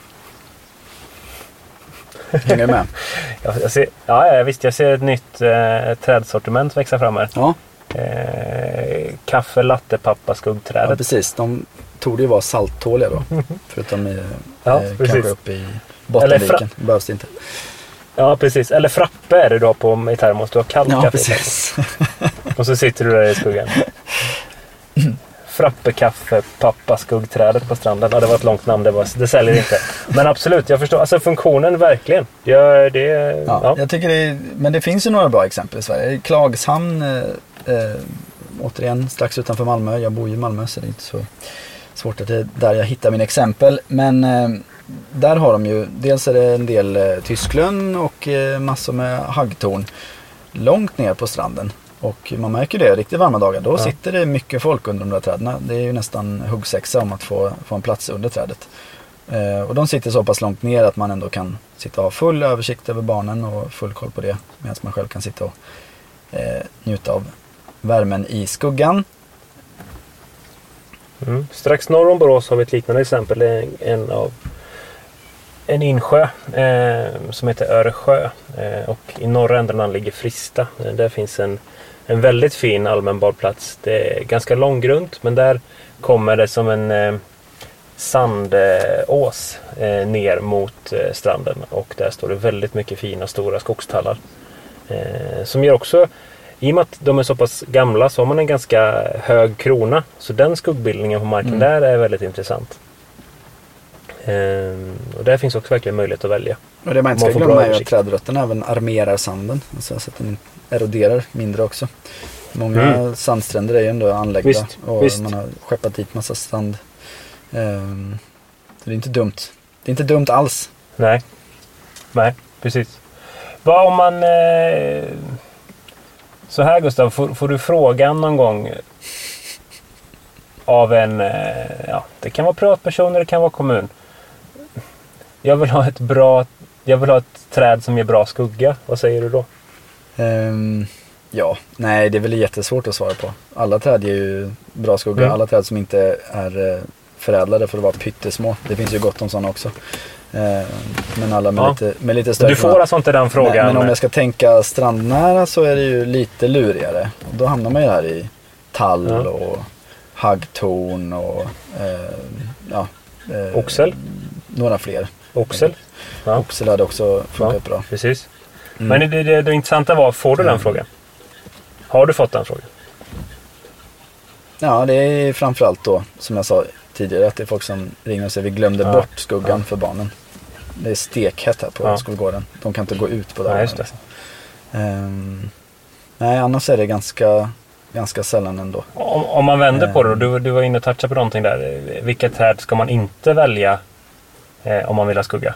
Hänger du med? ja, jag ser, ja, visst, jag ser ett nytt eh, trädsortiment växa fram här. Ja. Eh, kaffe, latte, pappa, skuggträdet. Ja, precis. De tog det ju vara salttåliga då. Förutom i, ja, eh, kanske uppe i Bottenviken. Fra- det behövs inte. Ja, precis. Eller frappe är det då på i termos. Du har kallt ja, kaffe. Precis. Och så sitter du där i skuggan. Frappe, kaffe, pappa, skuggträdet på stranden. Ja, det var ett långt namn. Det, var, det säljer inte. Men absolut, jag förstår. Alltså funktionen verkligen. Ja, det, ja, ja. Jag tycker det är, men det finns ju några bra exempel i Sverige. Klagshamn, eh, eh, återigen, strax utanför Malmö. Jag bor ju i Malmö så det är inte så, svårt att det är där jag hittar min exempel. Men eh, där har de ju, dels är det en del eh, tysklön och eh, massor med haggtorn långt ner på stranden. Och man märker det, riktigt varma dagar, då ja. sitter det mycket folk under de där träden. Det är ju nästan huggsexa om att få, få en plats under trädet. Eh, och de sitter så pass långt ner att man ändå kan sitta och ha full översikt över barnen och full koll på det. Medan man själv kan sitta och eh, njuta av värmen i skuggan. Mm. Strax norr om Borås har vi ett liknande exempel. En, av, en insjö eh, som heter Öresjö. Eh, och i norra änden ligger Frista. Eh, där finns en, en väldigt fin allmän badplats. Det är ganska långgrunt, men där kommer det som en eh, sandås eh, ner mot eh, stranden. Och där står det väldigt mycket fina stora skogstallar. Eh, som gör också, i och med att de är så pass gamla, så har man en ganska hög krona. Så den skuggbildningen på marken mm. där är väldigt intressant. Ehm, och där finns också verkligen möjlighet att välja. Och det man inte ska glömma är att trädrötterna även armerar sanden. Alltså så att den eroderar mindre också. Många mm. sandstränder är ju ändå anläggda. Visst, och visst. man har skeppat dit massa sand. Ehm, det är inte dumt. Det är inte dumt alls. Nej, Nej precis. Vad om man... Eh... Så här Gustav, får, får du frågan någon gång av en, ja, det kan vara privatperson eller det kan vara kommun. Jag vill ha ett bra, jag vill ha ett träd som ger bra skugga. Vad säger du då? Um, ja, nej det är väl jättesvårt att svara på. Alla träd ger ju bra skugga. Mm. Alla träd som inte är förädlade för att vara pyttesmå. Det finns ju gott om sådana också. Men alla med, ja. lite, med lite större. Du får alltså inte den frågan. Men, men om jag ska tänka strandnära så är det ju lite lurigare. Och då hamnar man ju här i tall ja. och haggtorn och eh, ja, eh, oxel. Några fler. Oxel. Ja. Oxel hade också funkat ja, bra. Precis. Mm. Men det, det, det intressanta var, får du mm. den frågan? Har du fått den frågan? Ja, det är framförallt då, som jag sa tidigare, att det är folk som ringer och säger vi glömde ja. bort skuggan ja. för barnen. Det är stekhett här på ja. skolgården. De kan inte gå ut på dagen. Ja, um, nej, annars är det ganska, ganska sällan ändå. Om, om man vänder um, på det, du, du var inne och touchade på någonting där. Vilket träd ska man inte välja eh, om man vill ha skugga?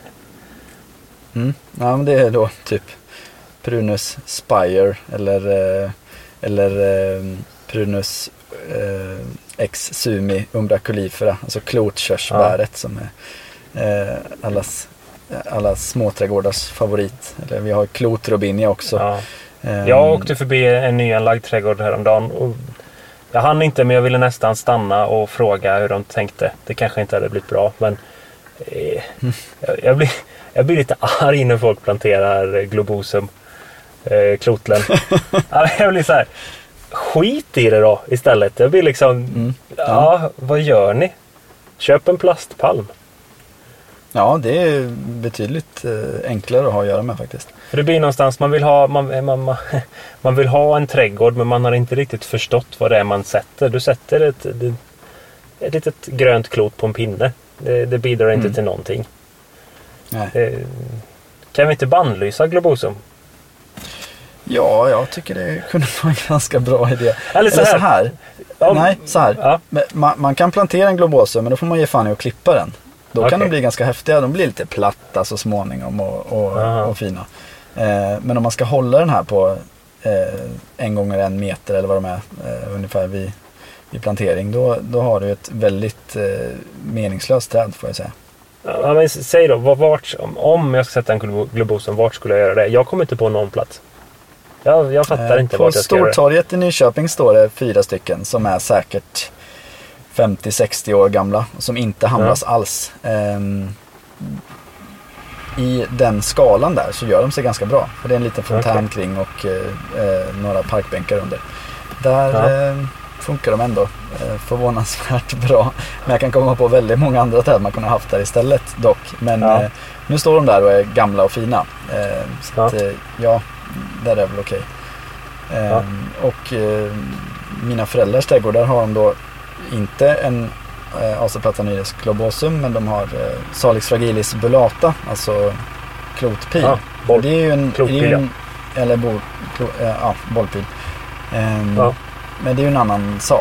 Mm. Ja, men det är då typ Prunus spire eller, eh, eller eh, Prunus eh, ex sumi umbraculifera, alltså klotkörsbäret ja. som är Eh, allas, allas småträdgårdars favorit. Eller vi har klotrobinia också. Ja. Eh, jag åkte förbi en nyanlagd trädgård häromdagen och jag hann inte, men jag ville nästan stanna och fråga hur de tänkte. Det kanske inte hade blivit bra, men eh, mm. jag, jag, blir, jag blir lite arg när folk planterar globosum eh, klotlen. Jag blir så här, skit i det då istället. Jag blir liksom mm. ja. ja, vad gör ni? Köp en plastpalm. Ja, det är betydligt eh, enklare att ha att göra med faktiskt. För det blir någonstans, man vill ha man, man, man, man vill ha en trädgård, men man har inte riktigt förstått vad det är man sätter. Du sätter ett, ett, ett litet grönt klot på en pinne. Det, det bidrar inte mm. till någonting. Nej. Det, kan vi inte bannlysa globosum? Ja, jag tycker det kunde vara en ganska bra idé. Eller så här. Eller så här. Ja. Nej, så här. Ja. Man, man kan plantera en globosum, men då får man ge fan i att klippa den. Då okay. kan de bli ganska häftiga. De blir lite platta så småningom och, och, och fina. Eh, men om man ska hålla den här på eh, en gånger en meter eller vad de är eh, ungefär vid, vid plantering, då, då har du ett väldigt eh, meningslöst träd, får jag säga. Ja, men säg då, vart, om jag ska sätta en globosum, vart skulle jag göra det? Jag kommer inte på någon plats. Jag, jag fattar eh, inte vart jag ska göra det. På Stortorget i Nyköping står det fyra stycken som är säkert femtio sextio år gamla, som inte hamras ja. alls. Um, I den skalan där så gör de sig ganska bra. För det är en liten fontän okay. kring och uh, några parkbänkar under. Där ja. uh, funkar de ändå uh, förvånansvärt bra. Men jag kan komma på väldigt många andra träd man kunde ha haft där istället dock. Men ja. uh, nu står de där och är gamla och fina. Uh, så ja. Att, uh, ja, där är det väl okej. Okay. Uh, ja. Och uh, mina föräldrars trädgård, där har de då inte en eh, Asaplatanurus globosum, men de har eh, Salix fragilis bullata, alltså klotpil. Ah, boll, det är ju en, klotpil, är ju en eller bo, klo, eh, ja, bollpil. Um, ja. Men det är ju en annan sak.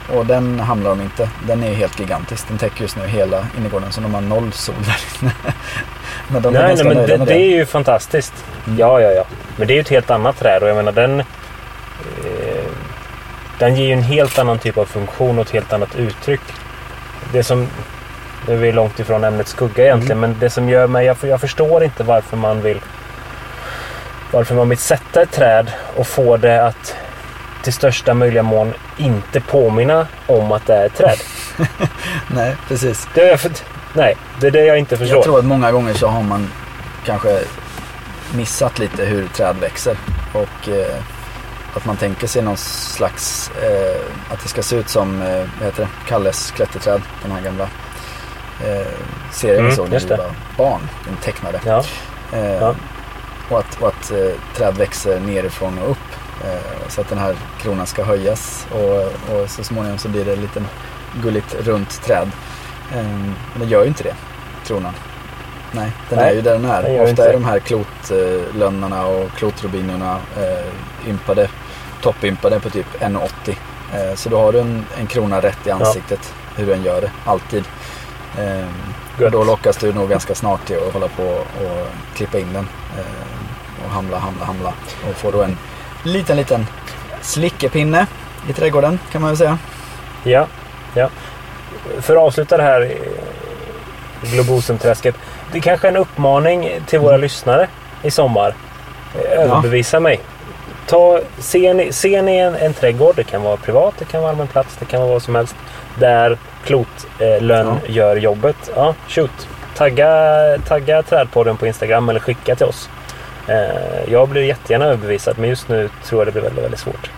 och den hamnar de inte. Den är helt gigantisk. Den täcker just nu hela innergården, så de har noll sol där inne. Men de är nej, ganska nej, men nöjda det, med det det. är ju fantastiskt. Mm. Ja, ja, ja. Men det är ju ett helt annat träd och jag menar den... Eh, den ger ju en helt annan typ av funktion och ett helt annat uttryck. Det som... Nu är vi långt ifrån ämnet skugga egentligen, mm. men det som gör mig... Jag, jag förstår inte varför man vill... Varför man vill sätta ett träd och få det att till största möjliga mån inte påminna om att det är ett träd. Nej, precis. Det är, för, nej, det är det jag inte förstår. Jag tror att många gånger så har man kanske missat lite hur träd växer. Och eh, att man tänker sig någon slags... Eh, att det ska se ut som eh, vad heter det? Kalles klätterträd. Den här gamla eh, serien mm, såg när vi var barn. Den tecknade. Ja. Eh, ja. Och att, och att eh, träd växer nerifrån och upp. Eh, så att den här kronan ska höjas. Och, och så småningom så blir det ett litet gulligt runt träd. Eh, men det gör ju inte det, kronan. Nej, den Nej, är ju där den är. Ofta är de här klotlönnarna och klotrubinerna eh, impade, toppimpade på typ en komma åttio. Eh, så då har du en, en krona rätt i ansiktet. Ja. Hur den gör det, alltid. Eh, och då lockas du nog ganska snart till att hålla på och klippa in den. Eh, och hamla, hamla, hamla. Och får då en liten, liten slickepinne i trädgården, kan man väl säga. Ja, ja. För att avsluta det här globosumträsket. Det är kanske är en uppmaning till våra mm. lyssnare i sommar. Överbevisa ja. mig. Ta, ser ni, ser ni en, en trädgård, det kan vara privat, det kan vara allmän plats, det kan vara vad som helst, där klotlönn eh, ja. gör jobbet. Ja, shoot. Tagga, tagga Trädpodden på Instagram eller skicka till oss. Eh, jag blir jättegärna överbevisad, men just nu tror jag det blir väldigt, väldigt svårt.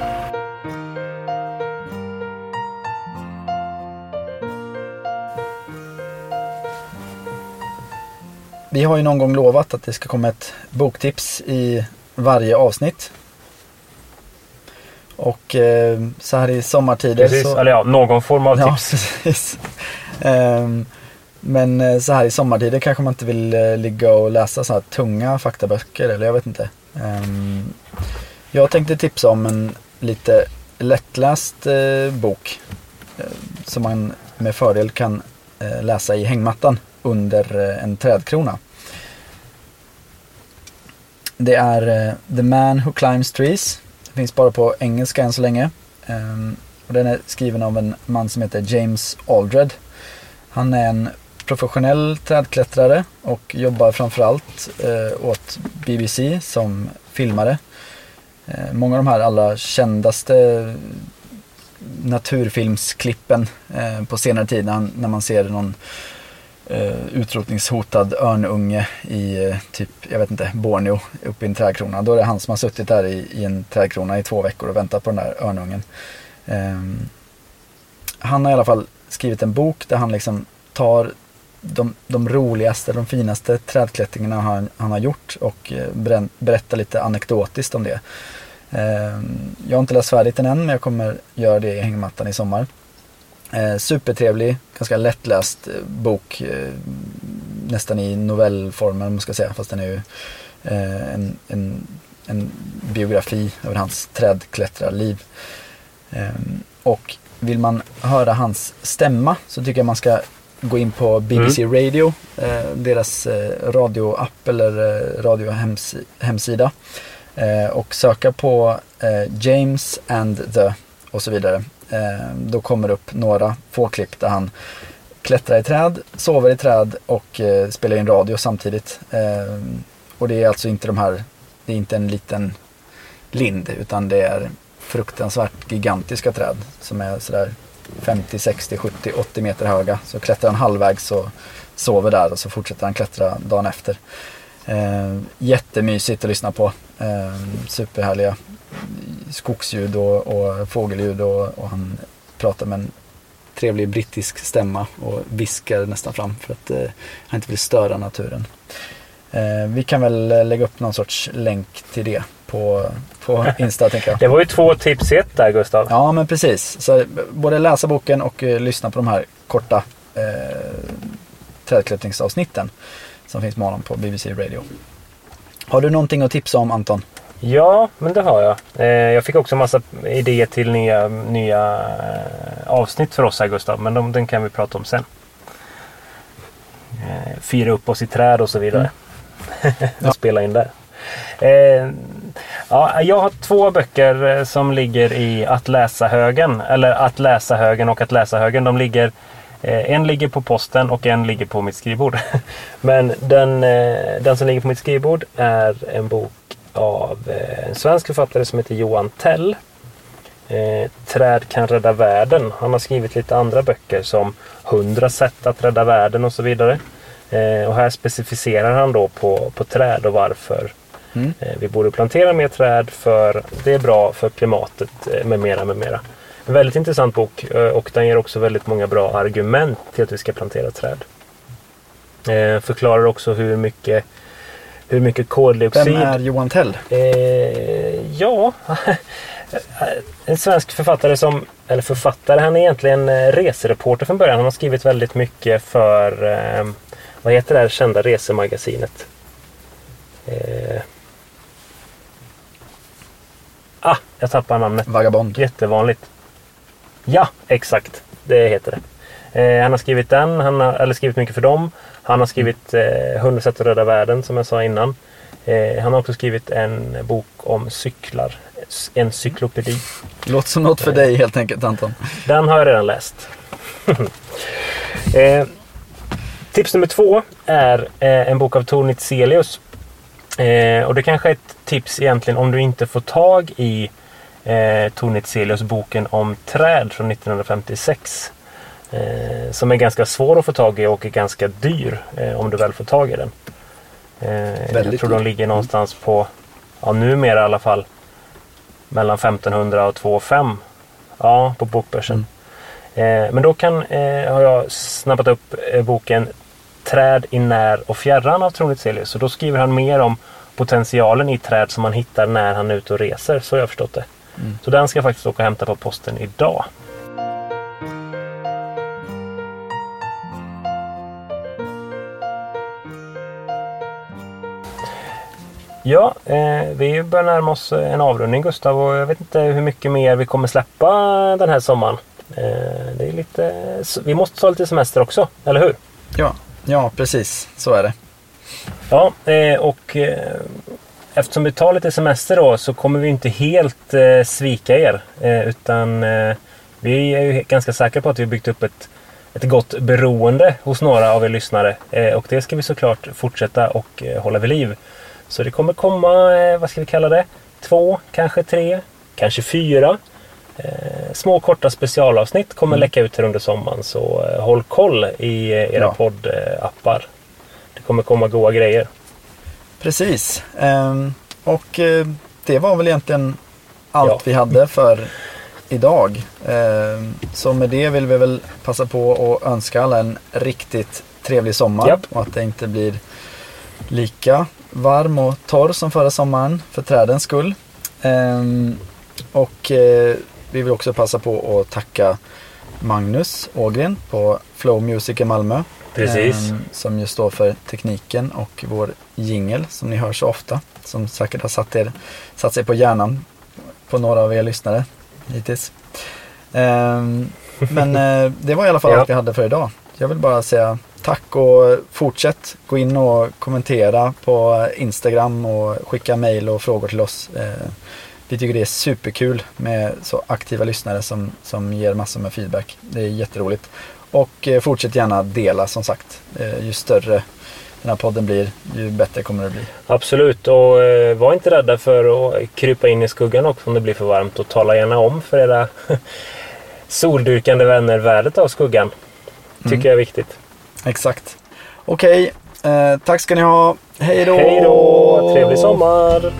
Vi har ju någon gång lovat att det ska komma ett boktips i varje avsnitt. Och eh, så här i sommartider precis, så... eller ja, någon form av ja, tips. Precis. Um, men så här i sommartider kanske man inte vill uh, ligga och läsa så här tunga faktaböcker, eller jag vet inte. Um, jag tänkte tipsa om en lite lättläst uh, bok uh, som man med fördel kan uh, läsa i hängmattan under uh, en trädkrona. Det är uh, The Man Who Climbs Trees. Det finns bara på engelska än så länge. Um, och den är skriven av en man som heter James Aldred. Han är en professionell trädklättrare och jobbar framförallt uh, åt B B C som filmare. Uh, många av de här allra kändaste naturfilmsklippen uh, på senare tid när, när man ser någon Uh, utrotningshotad örnunge i uh, typ, jag vet inte, Borneo uppe i en trädkrona. Då är det han som har suttit där i, i en trädkrona i två veckor och väntat på den där örnungen. Um, han har i alla fall skrivit en bok där han liksom tar de, de roligaste, de finaste trädklättringarna han, han har gjort och uh, berättar lite anekdotiskt om det. Um, jag har inte läst färdigt den än, men jag kommer göra det i hängmattan i sommar. Eh, supertrevlig, ganska lättläst eh, bok, eh, nästan i novellformen om man ska säga, fast den är ju eh, en, en, en biografi över hans trädklättrarliv. Eh, och vill man höra hans stämma så tycker jag man ska gå in på B B C mm. Radio, eh, deras eh, radioapp eller eh, radiohemsida eh, och söka på eh, James and the och så vidare. Eh, då kommer det upp några få klipp där han klättrar i träd, sover i träd och eh, spelar in radio samtidigt. Eh, och det är alltså inte de här, det är inte en liten lind, utan det är fruktansvärt gigantiska träd som är sådär femtio, sextio, sjuttio, åttio meter höga. Så klättrar han halvvägs och sover där och så fortsätter han klättra dagen efter. Eh, jättemysigt att lyssna på. Eh, superhärliga skogsljud och, och fågelljud och, och han pratar med en trevlig brittisk stämma och viskar nästan fram för att eh, han inte vill störa naturen. Eh, vi kan väl lägga upp någon sorts länk till det på, på Insta, tänker jag. Det var ju två tips i ett där, Gustav. Ja, men precis. Så både läsa boken och eh, lyssna på de här korta eh, trädklättringsavsnitten som finns med honom på B B C Radio. Har du någonting att tipsa om, Anton? Ja, men det har jag. Eh, jag fick också massa idéer till nya, nya eh, avsnitt för oss här, Gustav. Men de, den kan vi prata om sen. Eh, fyra upp oss i träd och så vidare. Mm. Ja. Spela in där. Eh, ja, jag har två böcker som ligger i att läsa högen. Eller att läsa högen och att läsa högen. De ligger, eh, en ligger på posten och en ligger på mitt skrivbord. Men den, eh, den som ligger på mitt skrivbord är en bok av eh, en svensk författare som heter Johan Tell. Eh, Träd kan rädda världen. Han har skrivit lite andra böcker som hundra sätt att rädda världen och så vidare. Eh, och här specificerar han då på, på träd och varför mm. eh, vi borde plantera mer träd, för det är bra för klimatet eh, med mera med mera. En väldigt intressant bok, eh, och den ger också väldigt många bra argument till att vi ska plantera träd. Eh, förklarar också hur mycket hur mycket koldioxid... Vem är Johan Tell? Eh, ja, en svensk författare som, eller författare, han är egentligen resereporter från början. Han har skrivit väldigt mycket för, eh, vad heter det här kända resemagasinet? Eh, ah, jag tappar namnet. Vagabond. Jättevanligt. Ja, exakt. Det heter det. Eh, han har skrivit den, han har eller skrivit mycket för dem. Han har skrivit eh, hundra sätt att rädda världen, som jag sa innan. Eh, han har också skrivit en bok om cyklar. En cyklopedi. Låter som något för eh, dig helt enkelt, Anton. Den har jag redan läst. eh, tips nummer två är eh, en bok av Tor Nitzelius. Eh, och det kanske är ett tips egentligen om du inte får tag i eh, Tor Nitzelius boken om träd från nittonhundrafemtiosex. Eh, som är ganska svår att få tag i och är ganska dyr eh, om du väl får tag i den. Eh, jag tror de ligger någonstans på, ja, numera i alla fall, mellan femtonhundra och två fem, ja, på bokbörsen. Mm. Eh, men då kan, eh, har jag snappat upp eh, boken Träd i när och fjärran av Tor Nitzelius. Så då skriver han mer om potentialen i träd som man hittar när han är ute och reser, så har jag förstått det. Mm. Så den ska jag faktiskt åka och hämta på posten idag. Ja, eh, vi börjar närma oss en avrundning, Gustav, och jag vet inte hur mycket mer vi kommer släppa den här sommaren. Eh, det är lite, vi måste ta lite semester också, eller hur? Ja, ja, precis, så är det. Ja, eh, och eh, eftersom vi tar lite semester då, så kommer vi inte helt eh, svika er, eh, utan eh, vi är ju ganska säkra på att vi har byggt upp ett, ett gott beroende hos några av er lyssnare, eh, och det ska vi såklart fortsätta och eh, hålla vid liv. Så det kommer komma, eh, vad ska vi kalla det? Två, kanske tre, kanske fyra. Eh, små korta specialavsnitt kommer mm. läcka ut här under sommaren. Så eh, håll koll i eh, era ja. poddappar. Det kommer komma goda grejer. Precis. Ehm, och eh, det var väl egentligen allt ja. vi hade för idag. Ehm, så med det vill vi väl passa på att önska alla en riktigt trevlig sommar. Japp. Och att det inte blir lika varm och torr som förra sommaren för trädens skull. Ehm, och eh, vi vill också passa på att tacka Magnus Ågren på Flow Music i Malmö. Precis. Ehm, som just står för tekniken och vår jingle som ni hör så ofta. Som säkert har satt, er, satt sig på hjärnan på några av er lyssnare hittills. Ehm, men eh, det var i alla fall ja. allt vi hade för idag. Jag vill bara säga tack och fortsätt gå in och kommentera på Instagram och skicka mejl och frågor till oss. Eh, vi tycker det är superkul med så aktiva lyssnare som, som ger massor med feedback. Det är jätteroligt. Och eh, fortsätt gärna dela, som sagt. Eh, ju större den här podden blir, ju bättre kommer det bli. Absolut, och eh, var inte rädda för att krypa in i skuggan också om det blir för varmt, och tala gärna om för era soldyrkande vänner värdet av skuggan. Tycker mm. jag är viktigt. Exakt. Okej, eh, tack ska ni ha. Hej då! Hej då! Trevlig sommar!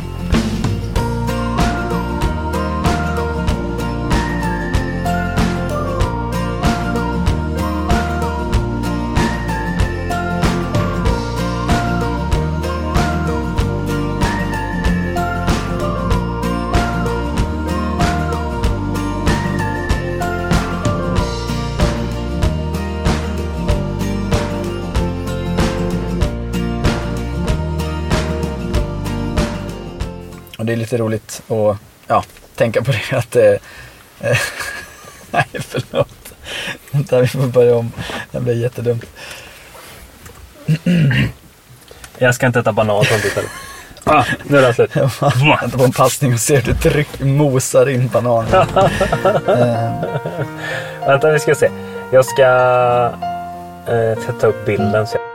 Och det är lite roligt att ja, tänka på det att eh, nej förlåt. Vänta, vi får börja om. Det blir jättedumt. Jag ska inte äta banan från ditt heller. Ah, nu är det slut. Vänta på en passning och ser att du tryck, mosar in bananen. uh. Vänta, vi ska se. Jag ska eh, sätta upp bilden. Så